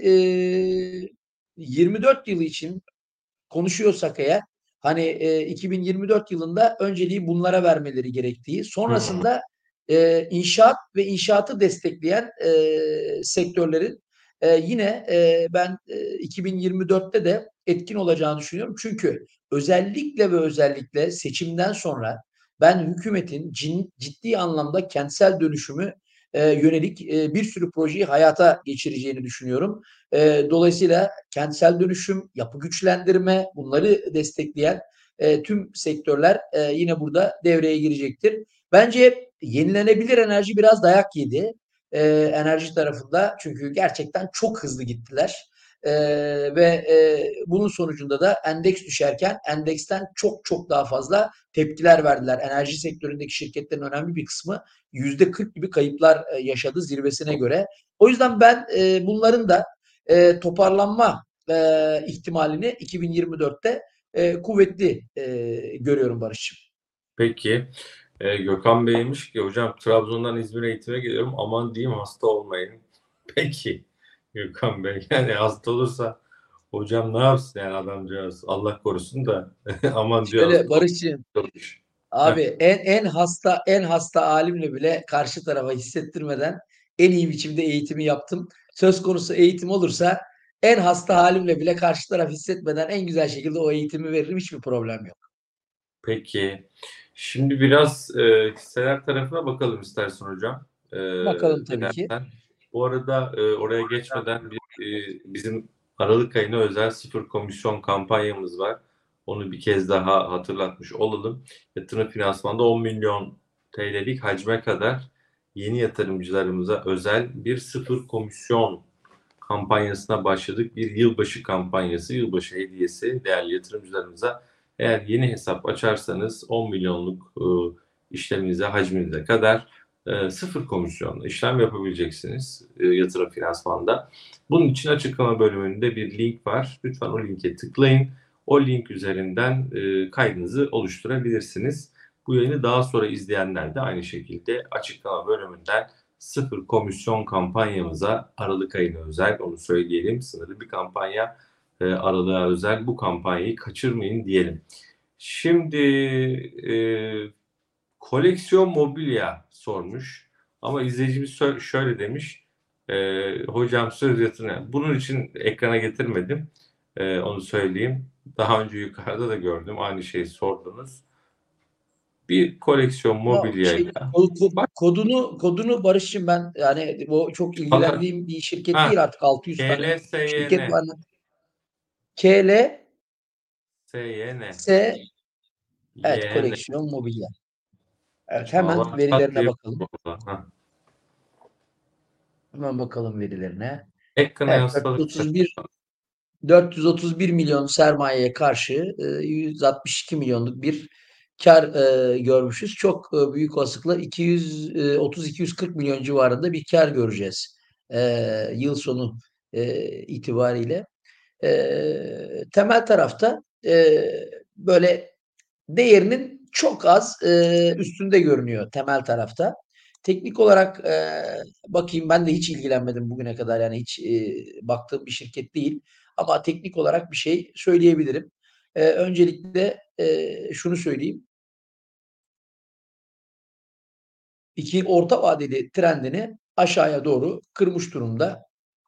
yirmi dört yılı için konuşuyorsak eğer hani e, iki bin yirmi dört yılında önceliği bunlara vermeleri gerektiği, Hı hı. sonrasında e, inşaat ve inşaatı destekleyen e, sektörlerin e, yine e, ben e, iki bin yirmi dörtte de etkin olacağını düşünüyorum. Çünkü özellikle ve özellikle seçimden sonra ben hükümetin cin, ciddi anlamda kentsel dönüşümü e, yönelik e, bir sürü projeyi hayata geçireceğini düşünüyorum. E, dolayısıyla kentsel dönüşüm, yapı güçlendirme, bunları destekleyen e, tüm sektörler e, yine burada devreye girecektir. Bence yenilenebilir enerji biraz dayak yedi e, enerji tarafında, çünkü gerçekten çok hızlı gittiler. E, ve e, bunun sonucunda da endeks düşerken endeksten çok çok daha fazla tepkiler verdiler. Enerji sektöründeki şirketlerin önemli bir kısmı yüzde kırk gibi kayıplar e, yaşadı zirvesine göre. O yüzden ben e, bunların da e, toparlanma e, ihtimalini iki bin yirmi dörtte e, kuvvetli e, görüyorum Barış'cığım. Peki. E, Gökhan Bey'miş ki hocam Trabzon'dan İzmir'e eğitime geliyorum. Aman diyeyim hasta olmayın. Peki Gökhan Bey, yani hasta olursa hocam ne yapsın yani adamcağız? Allah korusun da aman diyor Şöyle hasta Barış'cığım, olmuş. abi en en hasta en hasta alimle bile karşı tarafa hissettirmeden en iyi biçimde eğitimi yaptım. Söz konusu eğitim olursa en hasta halimle bile karşı taraf hissetmeden en güzel şekilde o eğitimi veririm. Hiçbir problem yok. Peki. Şimdi biraz e, hisseler tarafına bakalım istersen hocam. E, Bakalım tabii ki. dilersen. Bu arada e, oraya geçmeden bir, e, bizim Aralık ayına özel sıfır komisyon kampanyamız var. Onu bir kez daha hatırlatmış olalım. Yatırım finansmanda on milyon T L'lik hacme kadar yeni yatırımcılarımıza özel bir sıfır komisyon kampanyasına başladık. Bir yılbaşı kampanyası, yılbaşı hediyesi değerli yatırımcılarımıza. Eğer yeni hesap açarsanız on milyonluk e, işleminize, hacminize kadar e, sıfır komisyonla işlem yapabileceksiniz e, yatırım finansmanda. Bunun için açıklama bölümünde bir link var. Lütfen o linke tıklayın. O link üzerinden e, kaydınızı oluşturabilirsiniz. Bu yayını daha sonra izleyenler de aynı şekilde açıklama bölümünden sıfır komisyon kampanyamıza Aralık ayına özel, onu söyleyelim. Sınırlı bir kampanya, e, Aralık'a özel, bu kampanyayı kaçırmayın diyelim. Şimdi e, koleksiyon mobilya sormuş ama izleyicimiz şöyle demiş. E, hocam söz yatırımı. Bunun için ekrana getirmedim. E, onu söyleyeyim. Daha önce yukarıda da gördüm. Aynı şeyi sordunuz. Bir koleksiyon Ya şey mobilyayla ko- ko- bak kodunu kodunu Barış'cığım, ben yani o çok fakat ilgilendiğim bir şirket ha değil, artık altı yüz tane şirket K L S Y N var. K L S Y N S, evet, Y N koleksiyon mobilya. Evet, hemen Çağlar Çat verilerine diye bakalım. burada. Ha. Hemen bakalım verilerine. Ekrana Evet, yansıttıkça dört yüz otuz bir dört yüz otuz bir milyon sermayeye karşı e, yüz altmış iki milyonluk bir kar e, görmüşüz. Çok e, büyük olasılıkla iki yüz otuz iki yüz kırk milyon civarında bir kar göreceğiz e, yıl sonu e, itibariyle. E, temel tarafta e, böyle değerinin çok az e, üstünde görünüyor temel tarafta. Teknik olarak e, bakayım, ben de hiç ilgilenmedim bugüne kadar, yani hiç e, baktığım bir şirket değil. Ama teknik olarak bir şey söyleyebilirim. E, öncelikle e, şunu söyleyeyim. İki orta vadeli trendini aşağıya doğru kırmış durumda.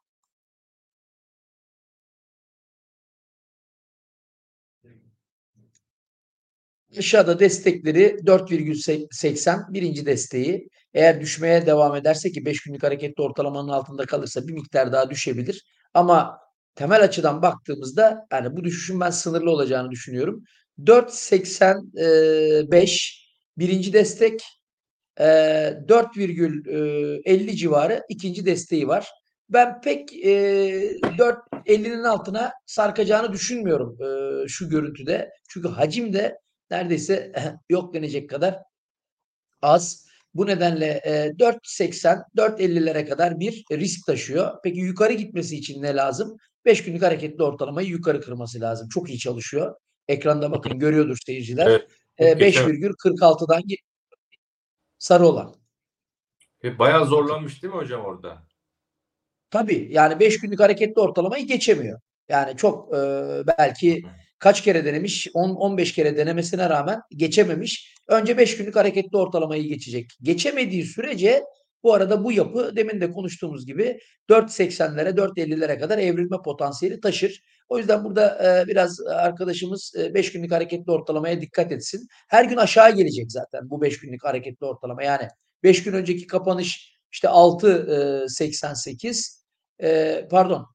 Aşağıda destekleri dört virgül seksen birinci desteği. Eğer düşmeye devam ederse, ki beş günlük hareketli ortalamanın altında kalırsa bir miktar daha düşebilir. Ama temel açıdan baktığımızda yani bu düşüşün ben sınırlı olacağını düşünüyorum. dört virgül seksen beş birinci destek, dört virgül elli civarı ikinci desteği var. Ben pek e, dört virgül ellinin altına sarkacağını düşünmüyorum e, şu görüntüde. Çünkü hacim de neredeyse yok denecek kadar az. Bu nedenle e, dört virgül seksen dört virgül ellilere kadar bir risk taşıyor. Peki yukarı gitmesi için ne lazım? beş günlük hareketli ortalamayı yukarı kırması lazım. Çok iyi çalışıyor. Ekranda bakın, görüyordur seyirciler. evet, E, geçemez. beş virgül kırk altıdan sarı olan. Ve bayağı Bakın. zorlanmış değil mi hocam orada? Tabii, yani beş günlük hareketli ortalamayı geçemiyor. Yani çok e, belki kaç kere denemiş? on on beş kere denemesine rağmen geçememiş. Önce beş günlük hareketli ortalamayı geçecek. Geçemediği sürece bu arada bu yapı demin de konuştuğumuz gibi dört virgül seksenlere dört virgül ellilere kadar evrilme potansiyeli taşır. O yüzden burada e, biraz arkadaşımız e, beş günlük hareketli ortalamaya dikkat etsin. Her gün aşağı gelecek zaten bu beş günlük hareketli ortalama. Yani beş gün önceki kapanış işte altı virgül seksen sekiz, e, pardon,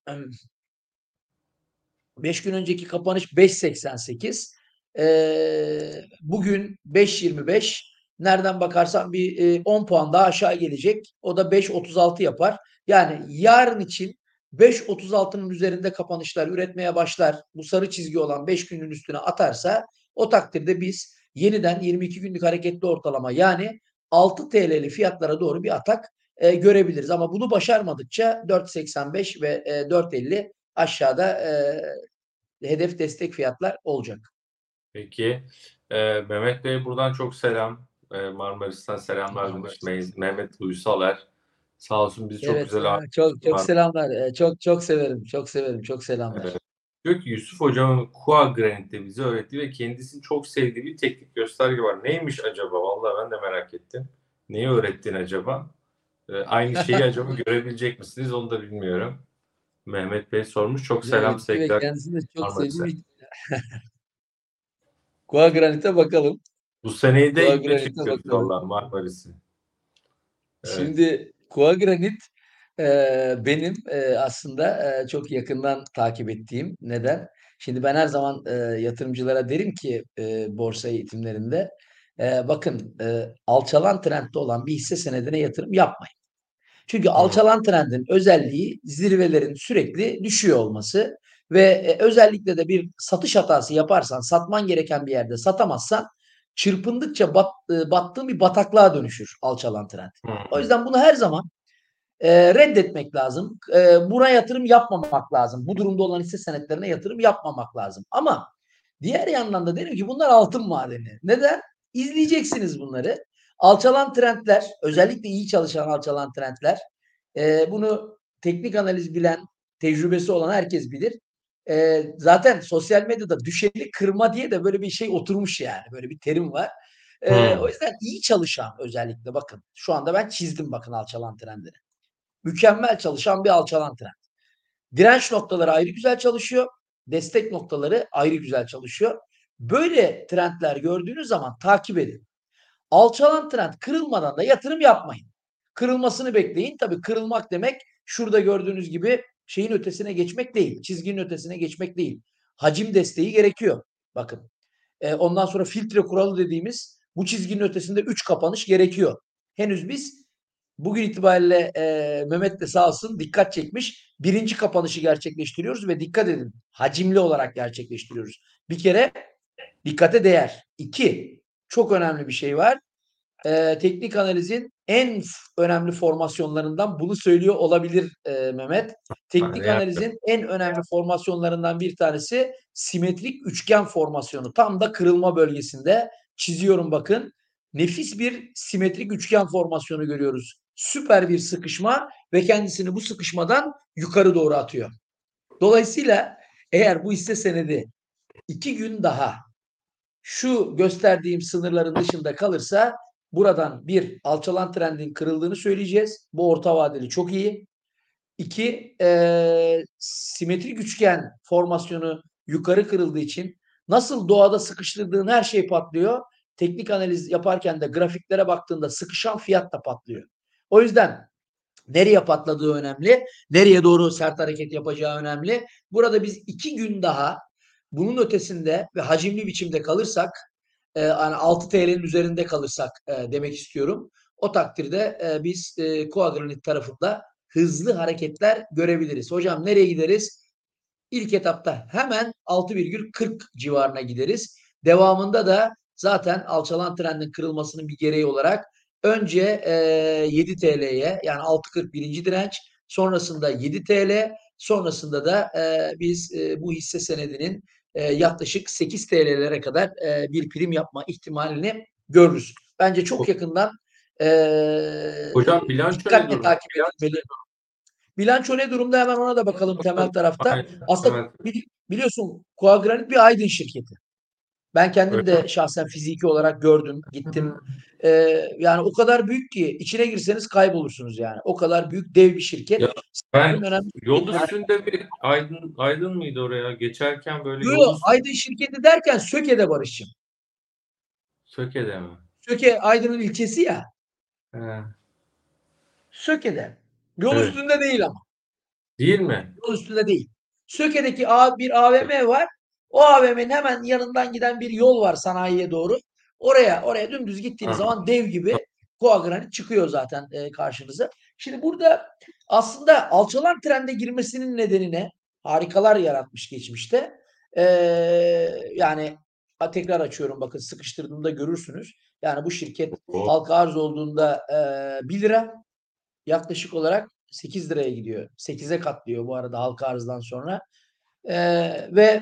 beş gün önceki kapanış beş virgül seksen sekiz. E, bugün beş virgül yirmi beş. Nereden bakarsan bir e, on puan daha aşağı gelecek. O da beş virgül otuz altı yapar. Yani yarın için beş virgül otuz altının üzerinde kapanışlar üretmeye başlar. Bu sarı çizgi olan beş günün üstüne atarsa, o takdirde biz yeniden yirmi iki günlük hareketli ortalama, yani altı T L'li fiyatlara doğru bir atak e, görebiliriz. Ama bunu başarmadıkça dört virgül seksen beş ve e, dört virgül elli aşağıda e, hedef destek fiyatlar olacak. Peki. Ee, Mehmet Bey buradan çok selam. Ee, Marmaris'ten selamlar demiş. Marmaris. Me- Mehmet Uysaler. Sağ olsun bizi çok Evet, güzel ağırladı. çok çok Mar- selamlar. E, Çok çok severim. Çok severim. Çok Evet. selamlar. Diyor ki Yusuf hocamın Kua Granit'te bize öğretti ve kendisini çok sevdiği bir teknik gösterge var. Neymiş acaba? Vallahi ben de merak ettim. Neyi öğrettin acaba? Ee, aynı şeyi acaba görebilecek misiniz? Onu da bilmiyorum. Mehmet Bey sormuş. Çok Bize selam öğretti ve sevgiler kendisini de çok Marmaris'e. sevdiğim bir Koa Granit'e bakalım. Bu seneyi de Koa iple Granit'e çekiyoruz bakalım. vallahi Marmaris'i. Evet. Şimdi Koa Granit e, benim e, aslında e, çok yakından takip ettiğim. Neden? Şimdi ben her zaman e, yatırımcılara derim ki e, borsa eğitimlerinde, e, bakın, e, alçalan trendde olan bir hisse senedine yatırım yapmayın. Çünkü Hı. alçalan trendin özelliği zirvelerin sürekli düşüyor olması ve e, özellikle de bir satış hatası yaparsan, satman gereken bir yerde satamazsan, çırpındıkça bat, e, battığın bir bataklığa dönüşür alçalan trend. O Hı. yüzden bunu her zaman e, reddetmek lazım. E, buna yatırım yapmamak lazım. Bu durumda olan hisse senetlerine yatırım yapmamak lazım. Ama diğer yandan da derim ki bunlar altın madeni. Neden? İzleyeceksiniz bunları. Alçalan trendler, özellikle iyi çalışan alçalan trendler, e, bunu teknik analiz bilen, tecrübesi olan herkes bilir. E, zaten sosyal medyada düşeni kırma diye de böyle bir şey oturmuş yani. Böyle bir terim var. E, o Hı. yüzden iyi çalışan, özellikle bakın. Şu anda ben çizdim, bakın, alçalan trendini. Mükemmel çalışan bir alçalan trend. Direnç noktaları ayrı güzel çalışıyor. Destek noktaları ayrı güzel çalışıyor. Böyle trendler gördüğünüz zaman takip edin. Alçalan trend kırılmadan da yatırım yapmayın. Kırılmasını bekleyin. Tabii kırılmak demek şurada gördüğünüz gibi şeyin ötesine geçmek değil. Çizginin ötesine geçmek değil. Hacim desteği gerekiyor. Bakın. E, ondan sonra filtre kuralı dediğimiz bu çizginin ötesinde üç kapanış gerekiyor. Henüz biz bugün itibariyle e, Mehmet de sağ olsun dikkat çekmiş. Birinci kapanışı gerçekleştiriyoruz ve dikkat edin, hacimli olarak gerçekleştiriyoruz. Bir kere dikkate değer. İki, çok önemli bir şey var. Ee, teknik analizin en önemli formasyonlarından bunu söylüyor olabilir e, Mehmet. Yani Teknik yani analizin en önemli formasyonlarından bir tanesi simetrik üçgen formasyonu. Tam da kırılma bölgesinde çiziyorum bakın. Nefis bir simetrik üçgen formasyonu görüyoruz. Süper bir sıkışma ve kendisini bu sıkışmadan yukarı doğru atıyor. Dolayısıyla eğer bu hisse senedi iki gün daha şu gösterdiğim sınırların dışında kalırsa buradan bir alçalan trendin kırıldığını söyleyeceğiz. Bu orta vadeli çok iyi. İki e, simetrik üçgen formasyonu yukarı kırıldığı için nasıl doğada sıkıştırdığın her şey patlıyor. Teknik analiz yaparken de grafiklere baktığında sıkışan fiyat da patlıyor. O yüzden nereye patladığı önemli. Nereye doğru sert hareket yapacağı önemli. Burada biz iki gün daha bunun ötesinde ve hacimli biçimde kalırsak e, yani altı T L'nin üzerinde kalırsak e, demek istiyorum. O takdirde e, biz e, Koagranit tarafında hızlı hareketler görebiliriz. Hocam nereye gideriz? İlk etapta hemen altı virgül kırk civarına gideriz. Devamında da zaten alçalan trendin kırılmasının bir gereği olarak önce e, yedi T L'ye yani altı kırk birinci direnç, sonrasında yedi T L, sonrasında da e, biz e, bu hisse senedinin e, yaklaşık sekiz T L'lere kadar e, bir prim yapma ihtimalini görürüz. Bence çok yakından e, hocam bilanço ne dikkatle durumda? takip edilmeli. Bilanço ne durumda hemen ona da bakalım temel tarafta. Aynen. Aslında Evet. biliyorsun Koagranit bir Aydın şirketi. Ben kendim Öyle mi? de şahsen fiziki olarak gördüm, gittim. Ee, yani o kadar büyük ki içine girseniz kaybolursunuz yani. O kadar büyük dev bir şirket. Ya ben Önemli yol şirketler. üstünde bir Aydın Aydın mıydı oraya geçerken böyle Yo, yol yo, üstü Aydın şirketi derken Söke'de Barış'ım. Söke'de mi? Söke Aydın'ın ilçesi ya. He, Söke'de. Yol evet. üstünde değil ama. Değil mi? Yol üstünde değil. Söke'deki A, bir A V M var. O A V M'nin hemen yanından giden bir yol var sanayiye doğru. Oraya oraya dümdüz gittiğiniz Ha. zaman dev gibi Koagranit çıkıyor zaten e, karşınıza. Şimdi burada aslında alçalan trende girmesinin nedenine harikalar yaratmış geçmişte. Ee, yani tekrar açıyorum bakın sıkıştırdığımda görürsünüz. Yani bu şirket O, halka arz olduğunda e, bir lira yaklaşık olarak sekiz liraya gidiyor. sekize katlıyor bu arada halka arzdan sonra. Ee, ve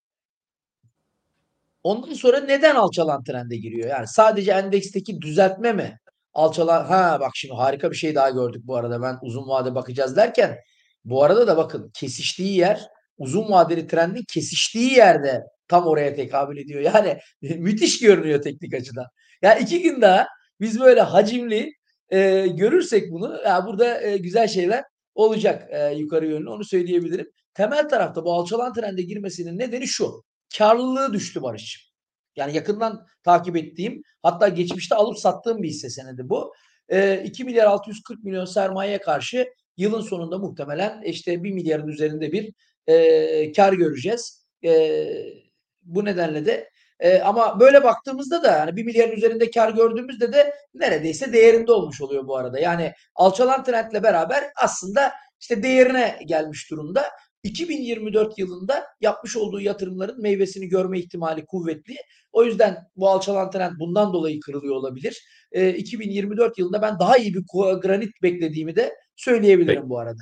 ondan sonra neden alçalan trende giriyor? Yani sadece endeksteki düzeltme mi? Alçalan ha bak şimdi harika bir şey daha gördük bu arada. Ben uzun vade bakacağız derken bu arada da bakın kesiştiği yer uzun vadeli trendin kesiştiği yerde tam oraya tekabül ediyor. Yani müthiş görünüyor teknik açıdan. Yani iki gün daha biz böyle hacimli e, görürsek bunu ya burada e, güzel şeyler olacak e, yukarı yönlü onu söyleyebilirim. Temel tarafta bu alçalan trende girmesinin nedeni şu. Karlılığı düştü Barış. Yani yakından takip ettiğim hatta geçmişte alıp sattığım bir hisse senedi bu. E, iki milyar altı yüz kırk milyon sermayeye karşı yılın sonunda muhtemelen işte bir milyarın üzerinde bir e, kar göreceğiz. E, bu nedenle de e, ama böyle baktığımızda da yani bir milyarın üzerinde kar gördüğümüzde de neredeyse değerinde olmuş oluyor bu arada. Yani alçalan trendle beraber aslında işte değerine gelmiş durumda. iki bin yirmi dört yılında yapmış olduğu yatırımların meyvesini görme ihtimali kuvvetli. O yüzden bu alçalan trend bundan dolayı kırılıyor olabilir. E, iki bin yirmi dört yılında ben daha iyi bir granit beklediğimi de peki. söyleyebilirim bu arada.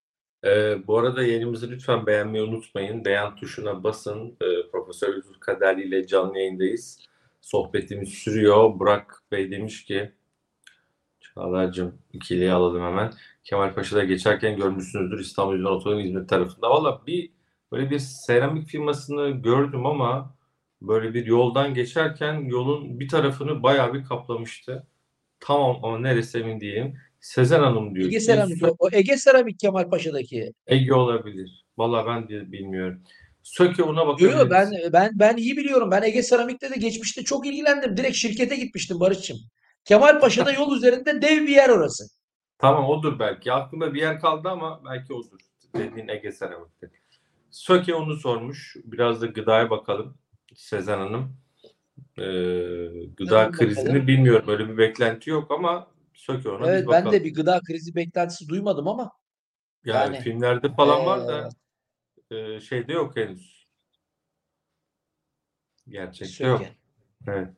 Ee, bu arada yayınımızı lütfen beğenmeyi unutmayın. Beğen tuşuna basın. Ee, Profesör Özgür Kaderli ile canlı yayındayız. Sohbetimiz sürüyor. Burak Bey demiş ki Çağlar'cığım ikiliyi alalım hemen. Kemalpaşa'da geçerken görmüşsünüzdür İstanbul Yunan Otoyolu İzmit tarafında. Valla bir böyle bir seramik firmasını gördüm ama böyle bir yoldan geçerken yolun bir tarafını bayağı bir kaplamıştı. Tamam ama neresi emin değilim. Sezen Hanım diyor Ege ki Seramik o, o Ege Seramik Kemalpaşa'daki. Ege olabilir. Valla ben de bilmiyorum. Söke ona Yo, yo, ben bakabiliriz. ben ben iyi biliyorum. Ben Ege Seramik'te de geçmişte çok ilgilendim. Direkt şirkete gitmiştim Barış'cığım. Kemalpaşa'da yol üzerinde dev bir yer orası. Tamam odur belki. Aklımda bir yer kaldı ama belki odur. Dediğin Ege Seramik'te. Söke onu sormuş. Biraz da gıdaya bakalım. Sezen Hanım. Ee, gıda Hemen krizini bakalım. bilmiyorum. Öyle bir beklenti yok ama Söke ona biz Evet, ben de bakalım. bir gıda krizi beklentisi duymadım ama Yani yani filmlerde falan var eee da e, şeyde yok henüz. Gerçekte yok. Söke. Evet.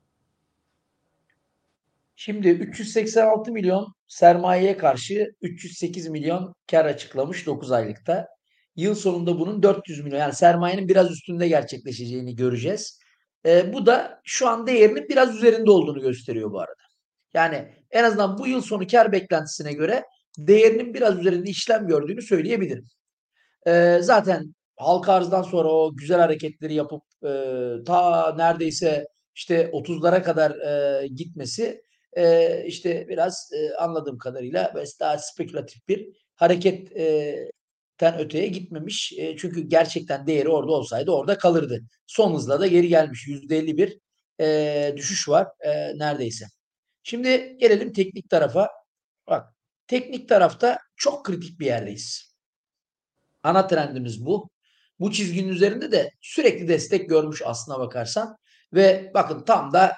Şimdi üç yüz seksen altı milyon sermayeye karşı üç yüz sekiz milyon kar açıklamış dokuz aylıkta. Yıl sonunda bunun dört yüz milyon, yani sermayenin biraz üstünde gerçekleşeceğini göreceğiz. Eee, bu da şu an değerinin biraz üzerinde olduğunu gösteriyor bu arada. Yani en azından bu yıl sonu kar beklentisine göre değerinin biraz üzerinde işlem gördüğünü söyleyebilirim. Eee, zaten halka arzdan sonra o güzel hareketleri yapıp eee, ta neredeyse işte otuzlara kadar eee, gitmesi eee, işte biraz eee, anladığım kadarıyla böyle daha spekülatif bir hareketten öteye gitmemiş. Eee, çünkü gerçekten değeri orada olsaydı orada kalırdı. Son hızla da geri gelmiş. yüzde elli bir eee, düşüş var eee, neredeyse. Şimdi gelelim teknik tarafa. Bak, teknik tarafta çok kritik bir yerdeyiz. Ana trendimiz bu. Bu çizginin üzerinde de sürekli destek görmüş aslına bakarsan. Ve bakın tam da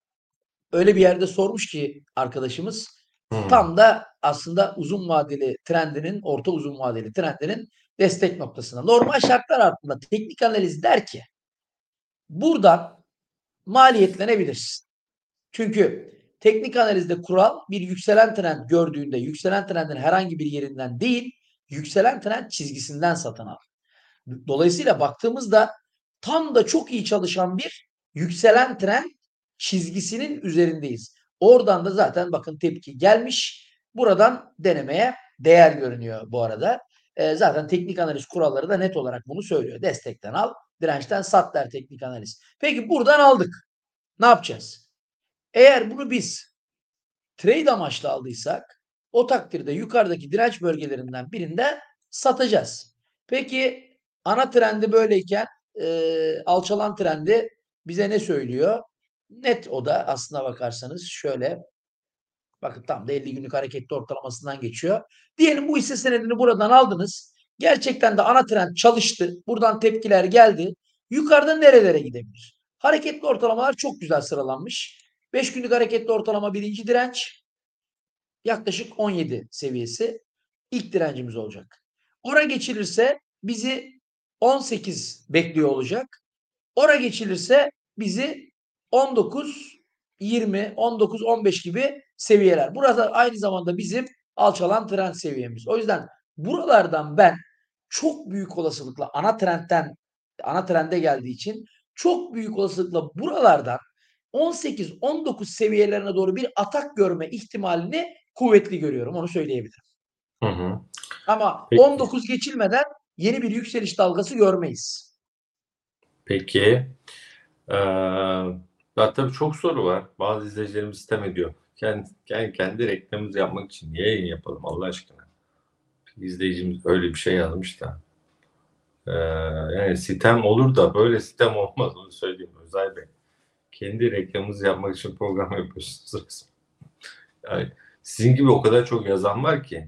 öyle bir yerde sormuş ki arkadaşımız, Hmm. tam da aslında uzun vadeli trendinin, orta uzun vadeli trendinin destek noktasına. Normal şartlar altında teknik analiz der ki buradan maliyetlenebilirsin. Çünkü teknik analizde kural, bir yükselen trend gördüğünde yükselen trendin herhangi bir yerinden değil, yükselen trend çizgisinden satın al. Dolayısıyla baktığımızda tam da çok iyi çalışan bir yükselen trend çizgisinin üzerindeyiz. Oradan da zaten bakın tepki gelmiş. Buradan denemeye değer görünüyor bu arada. E, zaten teknik analiz kuralları da net olarak bunu söylüyor. Destekten al, dirençten sat der teknik analiz. Peki buradan aldık. Ne yapacağız? Eğer bunu biz trade amaçlı aldıysak o takdirde yukarıdaki direnç bölgelerinden birinde satacağız. Peki ana trendi böyleyken e, alçalan trendi bize ne söylüyor? Net o da aslına bakarsanız şöyle, bakın tam da elli günlük hareketli ortalamasından geçiyor. Diyelim bu hisse senedini buradan aldınız. Gerçekten de ana trend çalıştı. Buradan tepkiler geldi. Yukarıda nerelere gidebilir? Hareketli ortalamalar çok güzel sıralanmış. beş günlük hareketli ortalama birinci direnç, yaklaşık on yedi seviyesi ilk direncimiz olacak. Ora geçilirse bizi on sekiz bekliyor olacak. Ora geçilirse bizi on dokuz, yirmi, on dokuz, on beş gibi seviyeler. Burada aynı zamanda bizim alçalan trend seviyemiz. O yüzden buralardan ben çok büyük olasılıkla ana trendten ana trende geldiği için çok büyük olasılıkla buralardan on sekiz on dokuz seviyelerine doğru bir atak görme ihtimalini kuvvetli görüyorum. Onu söyleyebilirim. Hı hı. Ama on Peki. dokuz geçilmeden yeni bir yükseliş dalgası görmeyiz. Peki. Ee, ya tabii çok soru var. Bazı izleyicilerimiz sitem ediyor. Kendi, kendi, kendi reklamımızı yapmak için niye yayın yapalım Allah aşkına? İzleyicimiz öyle bir şey yazmış da. Ee, yani sitem olur da böyle sitem olmaz, onu söyleyeyim Özay Bey. Kendi reklamımızı yapmak için program yapıyorsunuz resmen. Yani sizin gibi o kadar çok yazan var ki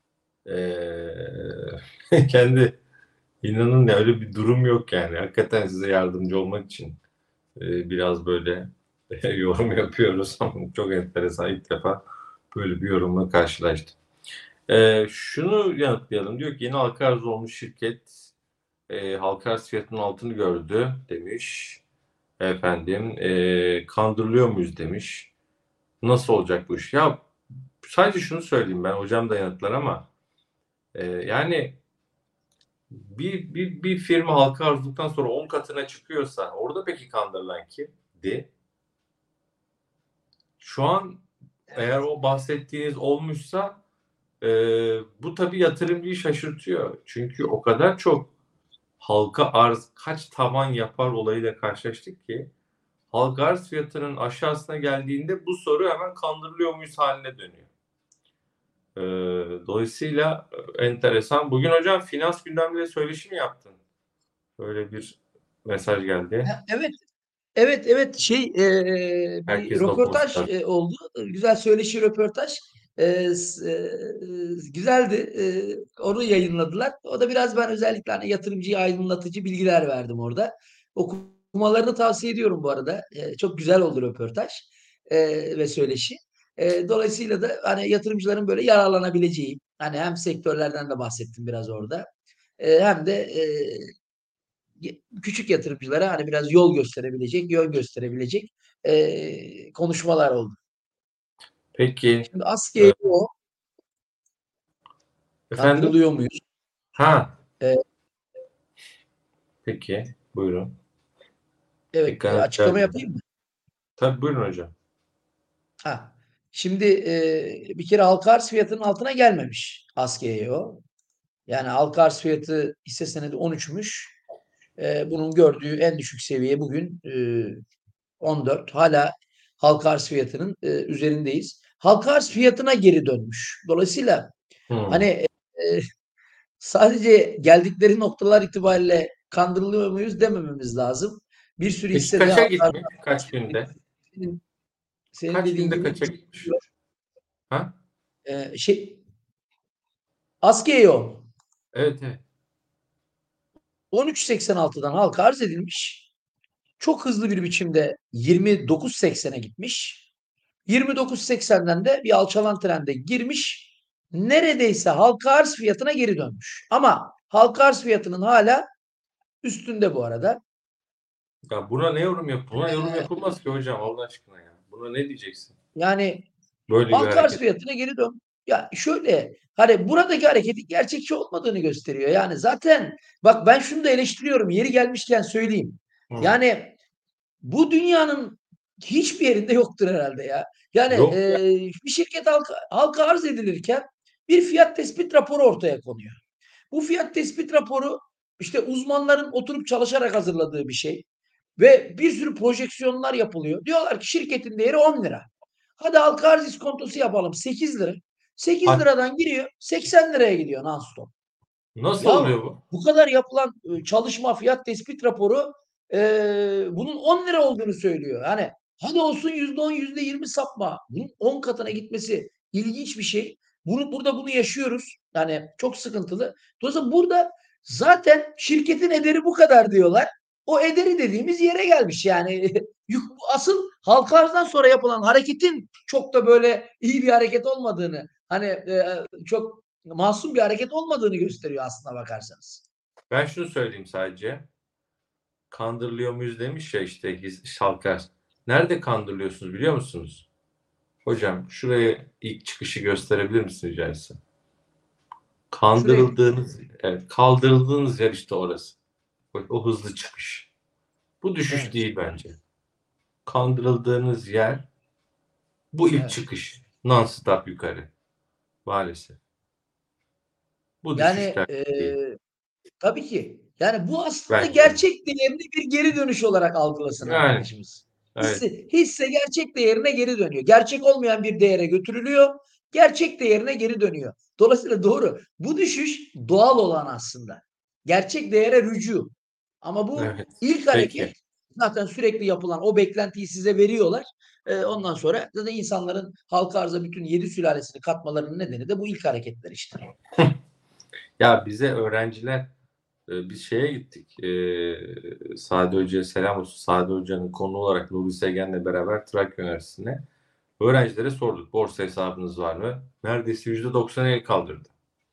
ee, kendi inanın ya öyle bir durum yok yani. Hakikaten size yardımcı olmak için ee, biraz böyle yorum yapıyoruz. Çok enteresan, ilk defa böyle bir yorumla karşılaştım. Ee, şunu yanıtlayalım. Diyor ki yeni halka arz olmuş şirket e, halka arz fiyatının altını gördü demiş. Efendim e, kandırılıyor muyuz demiş. Nasıl olacak bu iş? Ya sadece şunu söyleyeyim, ben hocam da yanıtlar ama e, yani bir, bir, bir firma halka arzlıktan sonra on katına çıkıyorsa orada peki kandırılan kimdi? Şu an eğer o bahsettiğiniz olmuşsa e, bu tabii yatırımcıyı şaşırtıyor. Çünkü o kadar çok halka arz kaç tavan yapar olayıyla karşılaştık ki halka arz fiyatının aşağısına geldiğinde bu soru hemen kandırılıyor muyuz haline dönüyor. E, dolayısıyla enteresan. Bugün hocam finans gündemleri söyleşi mi yaptın? Öyle bir mesaj geldi. Evet, evet, evet. Şey, eee, bir Herkes de röportaj okumuşlar. eee, oldu. Güzel söyleşi röportaj. Eee, s- eee, güzeldi. Eee, onu yayınladılar. O da biraz, ben özellikle hani yatırımcıya aydınlatıcı bilgiler verdim orada. Okumalarını tavsiye ediyorum bu arada. Eee, çok güzel oldu röportaj eee, ve söyleşi. Eee, dolayısıyla da hani yatırımcıların böyle yararlanabileceği, hani hem sektörlerden de bahsettim biraz orada, eee, hem de eee, ye küçük yatırımcılara hani biraz yol gösterebilecek, yön gösterebilecek eee, konuşmalar oldu. Peki, Şimdi askıya e, o efendim? kandırılıyor muyuz? Ha, Eee, peki, buyurun. evet, eee, Ekranı açıklama düzelttim. yapayım mı? Tabii buyurun hocam. Ha. Şimdi eee, bir kere halka arz fiyatının altına gelmemiş askıya o. Yani halka arz fiyatı hisse senedi on üçmüş. Eee, bunun gördüğü en düşük seviye bugün eee, on dört. Hala halka arz fiyatının eee, üzerindeyiz. Halka arz fiyatına geri dönmüş. Dolayısıyla Hmm. hani eee, sadece geldikleri noktalar itibariyle kandırılıyor muyuz demememiz lazım. Bir sürü Peki hisse de kaça halka arz gitmiş? Kaç günde? senin, senin Kaç dediğin günde gibi kaça gitmiş? Ha? eee, şey askıya o. Evet, evet. on üç seksen altıdan halka arz edilmiş. Çok hızlı bir biçimde yirmi dokuz seksene gitmiş. yirmi dokuz seksenden de bir alçalan trende girmiş. Neredeyse halka arz fiyatına geri dönmüş. Ama halka arz fiyatının hala üstünde bu arada. Ya buna ne yorum yap? Buna yorum Ee, yapılmaz ki hocam Allah aşkına ya. Buna ne diyeceksin? yani Böyle bir halka arz hareket. fiyatına geri dön. Ya şöyle hani buradaki hareketin gerçekçi olmadığını gösteriyor. Yani zaten bak ben şunu da eleştiriyorum. Yeri gelmişken söyleyeyim. Hı. Yani bu dünyanın hiçbir yerinde yoktur herhalde ya. Yani Yok ya. eee, bir şirket halka, halka arz edilirken bir fiyat tespit raporu ortaya konuyor. Bu fiyat tespit raporu işte uzmanların oturup çalışarak hazırladığı bir şey ve bir sürü projeksiyonlar yapılıyor. Diyorlar ki şirketin değeri on lira. Hadi halka arz iskontosu yapalım sekiz lira. sekiz Ha, liradan giriyor seksen liraya gidiyor non-stop. nasıl Ya oluyor bu? bu kadar yapılan e, çalışma fiyat tespit raporu e, bunun on lira olduğunu söylüyor. Yani hadi olsun yüzde on yüzde yirmi sapma. Bunun on katına gitmesi ilginç bir şey. Bunu burada bunu yaşıyoruz. Yani çok sıkıntılı. Dolayısıyla burada zaten şirketin ederi bu kadar diyorlar. O ederi dediğimiz yere gelmiş. Yani asıl halka arzdan sonra yapılan hareketin çok da böyle iyi bir hareket olmadığını hani e, çok masum bir hareket olmadığını gösteriyor aslına bakarsanız. Ben şunu söyleyeyim sadece. Kandırılıyor muyuz demiş ya işte his- Şalker. Nerede kandırılıyorsunuz biliyor musunuz? Hocam şuraya ilk çıkışı gösterebilir misiniz rica etsem? Şuraya mı? Kandırıldığınız, evet, kaldırıldığınız yer işte orası. O, o hızlı çıkış. Bu düşüş Evet. değil bence. Kandırıldığınız yer bu ilk Evet. çıkış. Non-stop yukarı. Maalesef. Bu Yani düşüşler değil. eee, tabii ki. Yani bu aslında Bence. gerçek değerini bir geri dönüş olarak algılasın Yani. arkadaşımız. Evet. Hisse, hisse gerçek değerine geri dönüyor. Gerçek olmayan bir değere götürülüyor. Gerçek değerine geri dönüyor. Dolayısıyla doğru. Bu düşüş doğal olan aslında. Gerçek değere rücu. Ama bu Evet. ilk Peki. hareket zaten sürekli yapılan o beklentiyi size veriyorlar. Ee, ondan sonra zaten insanların halka arza bütün yedi sülalesini katmalarının nedeni de bu ilk hareketler işte. Ya bize öğrenciler e, biz şeye gittik. E, Sade Hoca'ya selam olsun. Sade Hoca'nın konu olarak Nuri Segen'le beraber Trakya Üniversitesi'ne öğrencilere sorduk. Borsa hesabınız var mı? Neredeyse yüzde doksan el kaldırdı.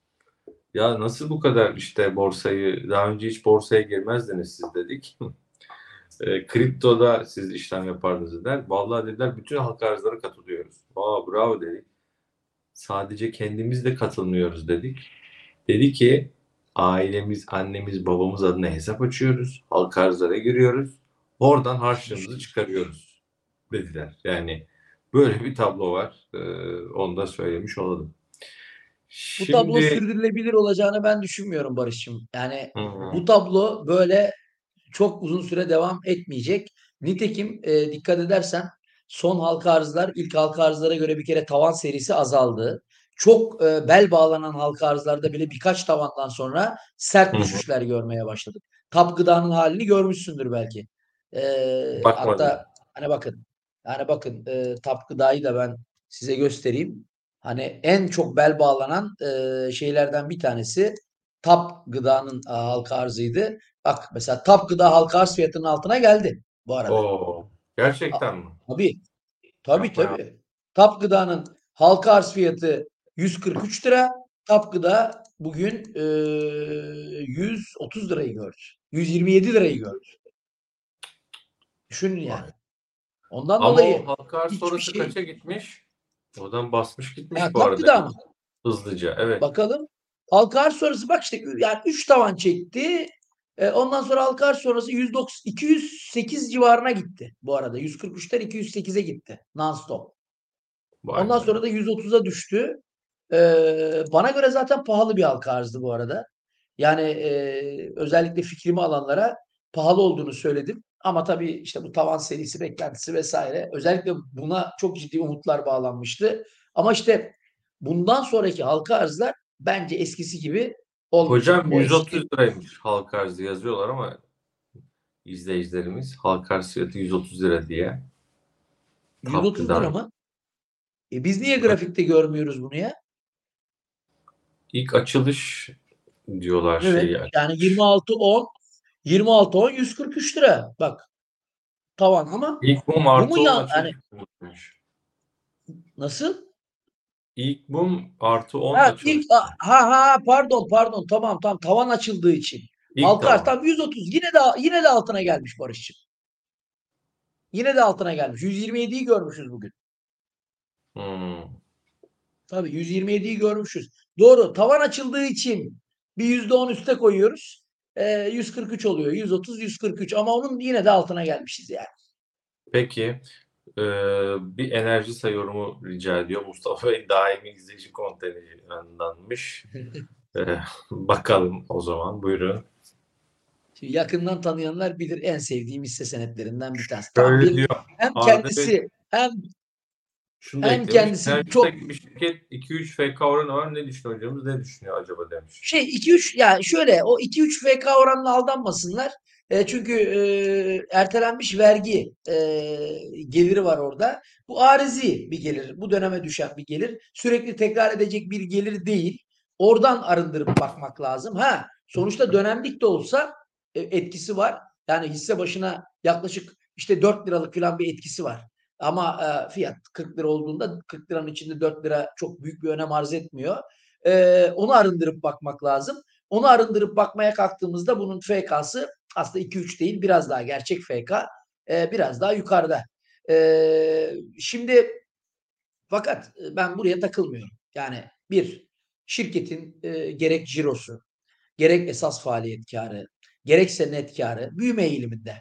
Ya nasıl bu kadar işte borsayı daha önce hiç borsaya girmezdiniz siz dedik. E, kriptoda siz işlem yapardınız dediler. Vallahi dediler bütün halka arzlara katılıyoruz. Aa, bravo dedik. Sadece kendimiz de katılmıyoruz dedik. Dedi ki ailemiz, annemiz, babamız adına hesap açıyoruz. Halka arzlara giriyoruz. Oradan harçlığımızı Müthiş. çıkarıyoruz dediler. Yani böyle bir tablo var. Ee, onu da söylemiş olalım. Bu tablo Şimdi sürdürülebilir olacağını ben düşünmüyorum Barış'cığım. Yani bu hmm, tablo böyle çok uzun süre devam etmeyecek. Nitekim e, dikkat edersen son halka arzlar ilk halka arzlara göre bir kere tavan serisi azaldı. Çok e, bel bağlanan halka arzlarda bile birkaç tavandan sonra sert hmm, düşüşler görmeye başladık. Tap gıdanın halini görmüşsündür belki. E, bakmadım. hatta hani bakın yani bakın e, tap gıdayı da ben size göstereyim. Hani en çok bel bağlanan e, şeylerden bir tanesi Tap Gıda'nın e, halka arzıydı. Bak mesela Tap Gıda halka arz fiyatının altına geldi bu arada. Oo, A- gerçekten mi? Tabii, tabii, Yapma ya. tabii. TAP Gıda'nın halka arz fiyatı yüz kırk üç lira. TAP Gıda bugün e, yüz otuz lirayı gördü. yüz yirmi yedi lirayı gördü. Düşünün yani. Vay. Ondan Ama o dolayı halka arz hiçbir sonrası kaça şey. gitmiş? Oradan basmış Ha, gitmiş bu TAP arada Gıda mı? hızlıca. Evet. Bakalım. Halka arz sonrası bak işte yani üç tavan çekti. E, ondan sonra halka arz sonrası yüz doksan, iki yüz sekiz civarına gitti bu arada. yüz kırk üçten iki yüz sekize gitti. Non-stop. Vay Ondan be. sonra da yüz otuza düştü. Ee, bana göre zaten pahalı bir halka arzdı bu arada. Yani e, özellikle fikrimi alanlara pahalı olduğunu söyledim. Ama tabii işte bu tavan serisi beklentisi vesaire. Özellikle buna çok ciddi umutlar bağlanmıştı. Ama işte bundan sonraki halka arzlar bence eskisi gibi olmayacak. Hocam O eski yüz otuz liraymış halka arzı yazıyorlar ama izleyicilerimiz halka arz fiyatı yüz otuz lira diye. yüz TAP otuz lira Gıda'nın. mı? E biz niye grafikte görmüyoruz bunu ya? İlk açılış diyorlar Evet. şeyi Yani açmış. yirmi altı on yirmi altı on yüz kırk üç lira. Bak tavan ama İlk mum bu mu artı on ya? Hani açılış yapmış. nasıl? İlk mum artı on Ha ilk açılış. ha ha pardon pardon tamam tamam tavan açıldığı için. İlk Halka arz tavan. tam yüz otuz yine de yine de altına gelmiş Barış'cığım. Yine de altına gelmiş. yüz yirmi yediyi görmüşüz bugün. Hmm. Tabii yüz yirmi yediyi görmüşüz. Doğru. Tavan açıldığı için bir yüzde on üste koyuyoruz. Ee, yüz kırk üç oluyor. yüz otuz yüz kırk üç ama onun yine de altına gelmişiz yani. Peki e, bir enerji sayı yorumu rica ediyor. Mustafa Bey daimi izleyici kontenjanındanmış. E, bakalım o zaman buyurun. Şimdi yakından tanıyanlar bilir en sevdiğim hisse senetlerinden bir tanesi. Tam Şöyle bir diyor hem Arda Bey, kendisi hem şunu da hem eklemiş. kendisi Enerji çok sektörü bir şirket iki üç F K oranı var. Ne düşünüyor hocamız? Ne düşünüyor acaba demiş. şey iki üç yani şöyle o iki üç F K oranına aldanmasınlar. E, çünkü e, ertelenmiş vergi e, geliri var orada. Bu arizi bir gelir. Bu döneme düşen bir gelir. Sürekli tekrar edecek bir gelir değil. Oradan arındırıp bakmak lazım. Ha, sonuçta dönemlik de olsa e, etkisi var. Yani hisse başına yaklaşık işte dört liralık falan bir etkisi var. Ama e, fiyat kırk lira olduğunda kırk liranın içinde dört lira çok büyük bir önem arz etmiyor. Ee, onu arındırıp bakmak lazım. Onu arındırıp bakmaya kalktığımızda bunun F K'sı aslında iki üç değil biraz daha gerçek F K e, biraz daha yukarıda. Ee, şimdi fakat ben buraya takılmıyorum. Yani bir şirketin e, gerek cirosu, gerek esas faaliyet karı, gerekse net karı büyüme eğiliminde.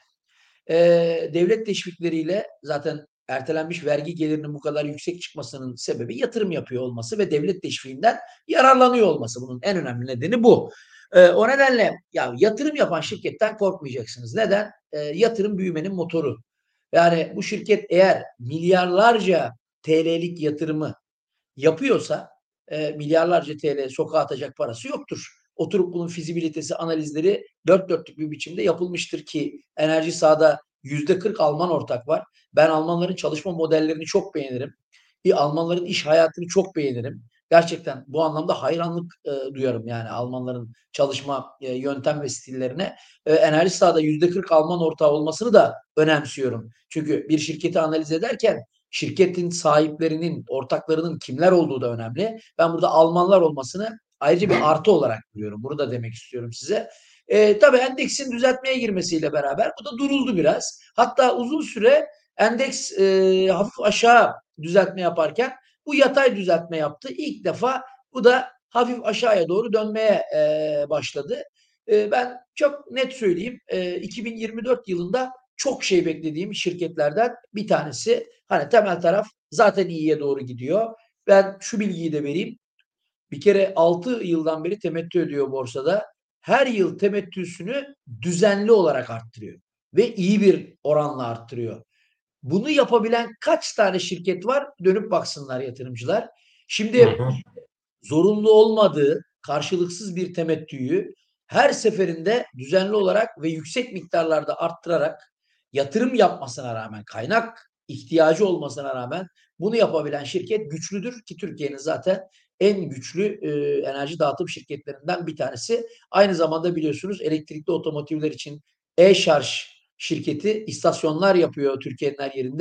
Eee, devlet teşvikleriyle zaten ertelenmiş vergi gelirinin bu kadar yüksek çıkmasının sebebi yatırım yapıyor olması ve devlet teşviğinden yararlanıyor olması. Bunun en önemli nedeni bu. Eee, o nedenle ya yatırım yapan şirketten korkmayacaksınız. Neden? Eee, yatırım büyümenin motoru. Yani bu şirket eğer milyarlarca T L'lik yatırımı yapıyorsa e, milyarlarca T L sokağa atacak parası yoktur. Oturup bunun fizibilitesi analizleri dört dörtlük bir biçimde yapılmıştır ki enerji sahada yüzde kırk Alman ortak var. Ben Almanların çalışma modellerini çok beğenirim. Bir Almanların iş hayatını çok beğenirim. Gerçekten bu anlamda hayranlık e, duyarım yani Almanların çalışma e, yöntem ve stillerine. E, enerji sahada yüzde kırk Alman ortağı olmasını da önemsiyorum. Çünkü bir şirketi analiz ederken şirketin sahiplerinin, ortaklarının kimler olduğu da önemli. Ben burada Almanlar olmasını ayrıca bir artı olarak görüyorum. Bunu da demek istiyorum size. E, tabii endeksin düzeltmeye girmesiyle beraber bu da duruldu biraz. Hatta uzun süre endeks e, hafif aşağı düzeltme yaparken bu yatay düzeltme yaptı. İlk defa bu da hafif aşağıya doğru dönmeye e, başladı. E, ben çok net söyleyeyim. E, iki bin yirmi dört yılında çok şey beklediğim şirketlerden bir tanesi. Hani temel taraf zaten iyiye doğru gidiyor. Ben şu bilgiyi de vereyim. Bir kere altı yıldan beri temettü ödüyor borsada. Her yıl temettüsünü düzenli olarak arttırıyor. Ve iyi bir oranla arttırıyor. Bunu yapabilen kaç tane şirket var? Dönüp baksınlar yatırımcılar. Hı Şimdi hı. zorunlu olmadığı karşılıksız bir temettüyü her seferinde düzenli olarak ve yüksek miktarlarda arttırarak yatırım yapmasına rağmen, kaynak ihtiyacı olmasına rağmen bunu yapabilen şirket güçlüdür ki Türkiye'nin zaten en güçlü e, enerji dağıtım şirketlerinden bir tanesi. Aynı zamanda biliyorsunuz elektrikli otomotivler için e-şarj şirketi istasyonlar yapıyor Türkiye'nin her yerinde.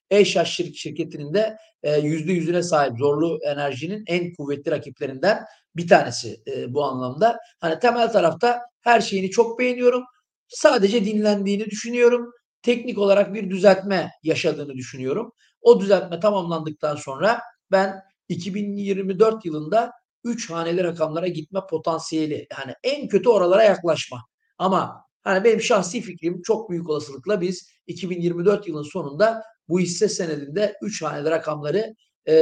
E-Şarj şir şirketinin de e, yüzde yüzüne sahip Zorlu Enerji'nin en kuvvetli rakiplerinden bir tanesi e, bu anlamda. Hani temel tarafta her şeyini çok beğeniyorum. Sadece dinlendiğini düşünüyorum. Teknik olarak bir düzeltme yaşadığını düşünüyorum. O düzeltme tamamlandıktan sonra ben iki bin yirmi dört yılında üç haneli rakamlara gitme potansiyeli, yani en kötü oralara yaklaşma. Ama hani benim şahsi fikrim, çok büyük olasılıkla biz iki bin yirmi dört yılın sonunda bu hisse senedinde üç haneli rakamları e,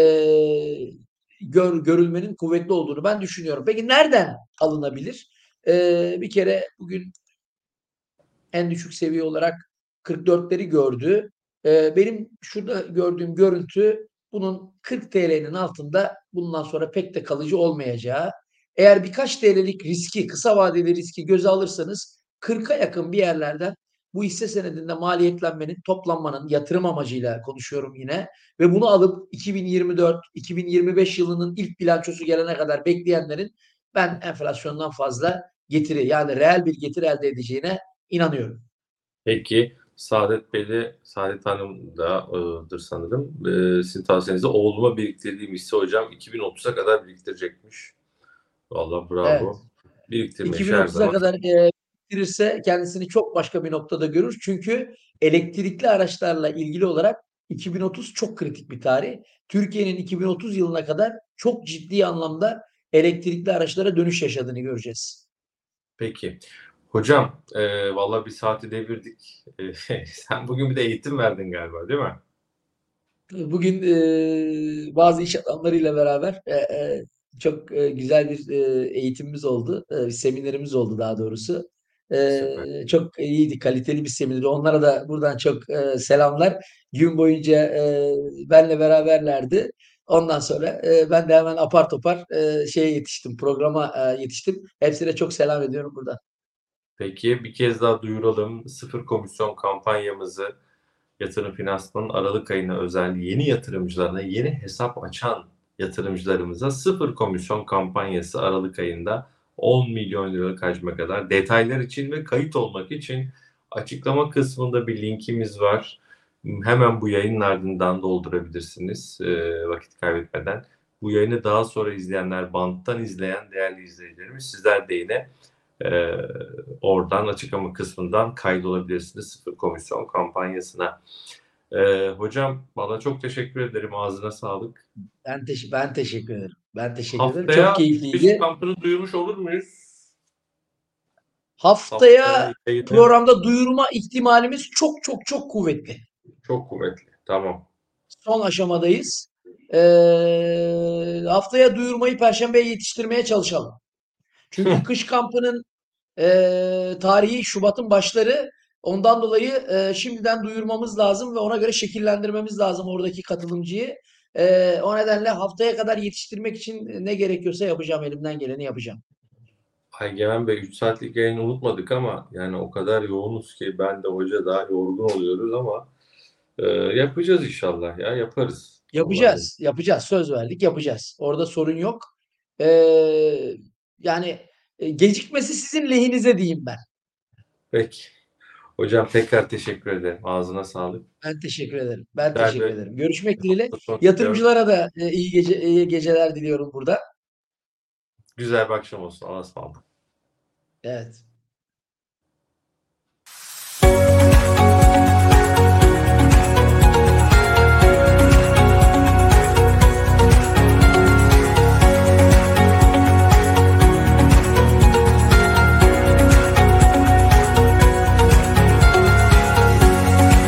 gör, görülmenin kuvvetli olduğunu ben düşünüyorum. Peki nereden alınabilir? E, bir kere bugün en düşük seviye olarak kırk dörtleri gördü. Ee, benim şurada gördüğüm görüntü bunun kırk T L'nin altında bundan sonra pek de kalıcı olmayacağı. Eğer birkaç T L'lik riski, kısa vadeli riski göze alırsanız kırka yakın bir yerlerden bu hisse senedinde maliyetlenmenin, toplanmanın, yatırım amacıyla konuşuyorum yine, ve bunu alıp iki bin yirmi dört iki bin yirmi beş yılının ilk bilançosu gelene kadar bekleyenlerin ben enflasyondan fazla getiri, yani reel bir getiri elde edeceğine inanıyorum. Peki Saadet Bey de, Saadet Hanım da ııdır sanırım. Ee, sizin tavsiyenizde oğluma biriktirdiğim hisse hocam iki bin otuza kadar biriktirecekmiş. Vallahi Evet. bravo. Biriktirme işi her iki bin otuza zaman. kadar e, bitirirse kendisini çok başka bir noktada görür. Çünkü elektrikli araçlarla ilgili olarak iki bin otuz çok kritik bir tarih. Türkiye'nin iki bin otuz yılına kadar çok ciddi anlamda elektrikli araçlara dönüş yaşadığını göreceğiz. Peki. Hocam, e, vallahi bir saati devirdik. E, sen bugün bir de eğitim verdin galiba, değil mi? Bugün e, bazı iş adamlarıyla beraber e, e, çok e, güzel bir e, eğitimimiz oldu. E, bir seminerimiz oldu daha doğrusu. Süper. E, çok iyiydi, kaliteli bir seminer. Onlara da buradan çok e, selamlar. Gün boyunca e, benle beraberlerdi. Ondan sonra e, ben de hemen apar topar e, şeye yetiştim, programa e, yetiştim. Hepsine çok selam ediyorum buradan. Peki bir kez daha duyuralım. Sıfır komisyon kampanyamızı Yatırım Finansman'ın Aralık ayına özel yeni yatırımcılarına, yeni hesap açan yatırımcılarımıza sıfır komisyon kampanyası Aralık ayında on milyon liralık hacme kadar. Detaylar için ve kayıt olmak için açıklama kısmında bir linkimiz var. Hemen bu yayının ardından doldurabilirsiniz e, vakit kaybetmeden. Bu yayını daha sonra izleyenler, banttan izleyen değerli izleyicilerimiz, sizler de yine e, oradan açıklama kısmından kaydolabilirsiniz sıfır komisyon kampanyasına. E, hocam bana çok teşekkür ederim. Ağzına sağlık. Ben, teş ben teşekkür ederim. Ben teşekkür ederim. Çok Haftaya kış keyifliydi. kampını duyurmuş olur muyuz? Haftaya Haftaya yayını programda duyurma ihtimalimiz çok çok çok kuvvetli. çok kuvvetli. Tamam. Son aşamadayız. Ee, haftaya duyurmayı Perşembe'ye yetiştirmeye çalışalım. Çünkü kış kampının e, tarihi Şubat'ın başları. Ondan dolayı e, şimdiden duyurmamız lazım ve ona göre şekillendirmemiz lazım oradaki katılımcıyı. E, o nedenle haftaya kadar yetiştirmek için ne gerekiyorsa yapacağım. Elimden geleni yapacağım. Ay Egemen Bey üç saatlik yayını unutmadık ama yani o kadar yoğunuz ki ben de hoca da yorgun oluyoruz ama e, yapacağız inşallah ya yaparız. Allah'ın izniyle. Yapacağız, yapacağız. Söz verdik, yapacağız. Orada sorun yok. Ee, yani e, gecikmesi sizin lehinize diyeyim ben. Peki. Hocam tekrar teşekkür ederim. Ağzına sağlık. Ben teşekkür ederim. Ben Güzel teşekkür bir ederim. Görüşmek dileğiyle. hafta sonu diliyorum. Yatırımcılara da e, iyi gece iyi geceler diliyorum burada. Güzel bir akşam olsun. Allah'a ısmarladık. Evet.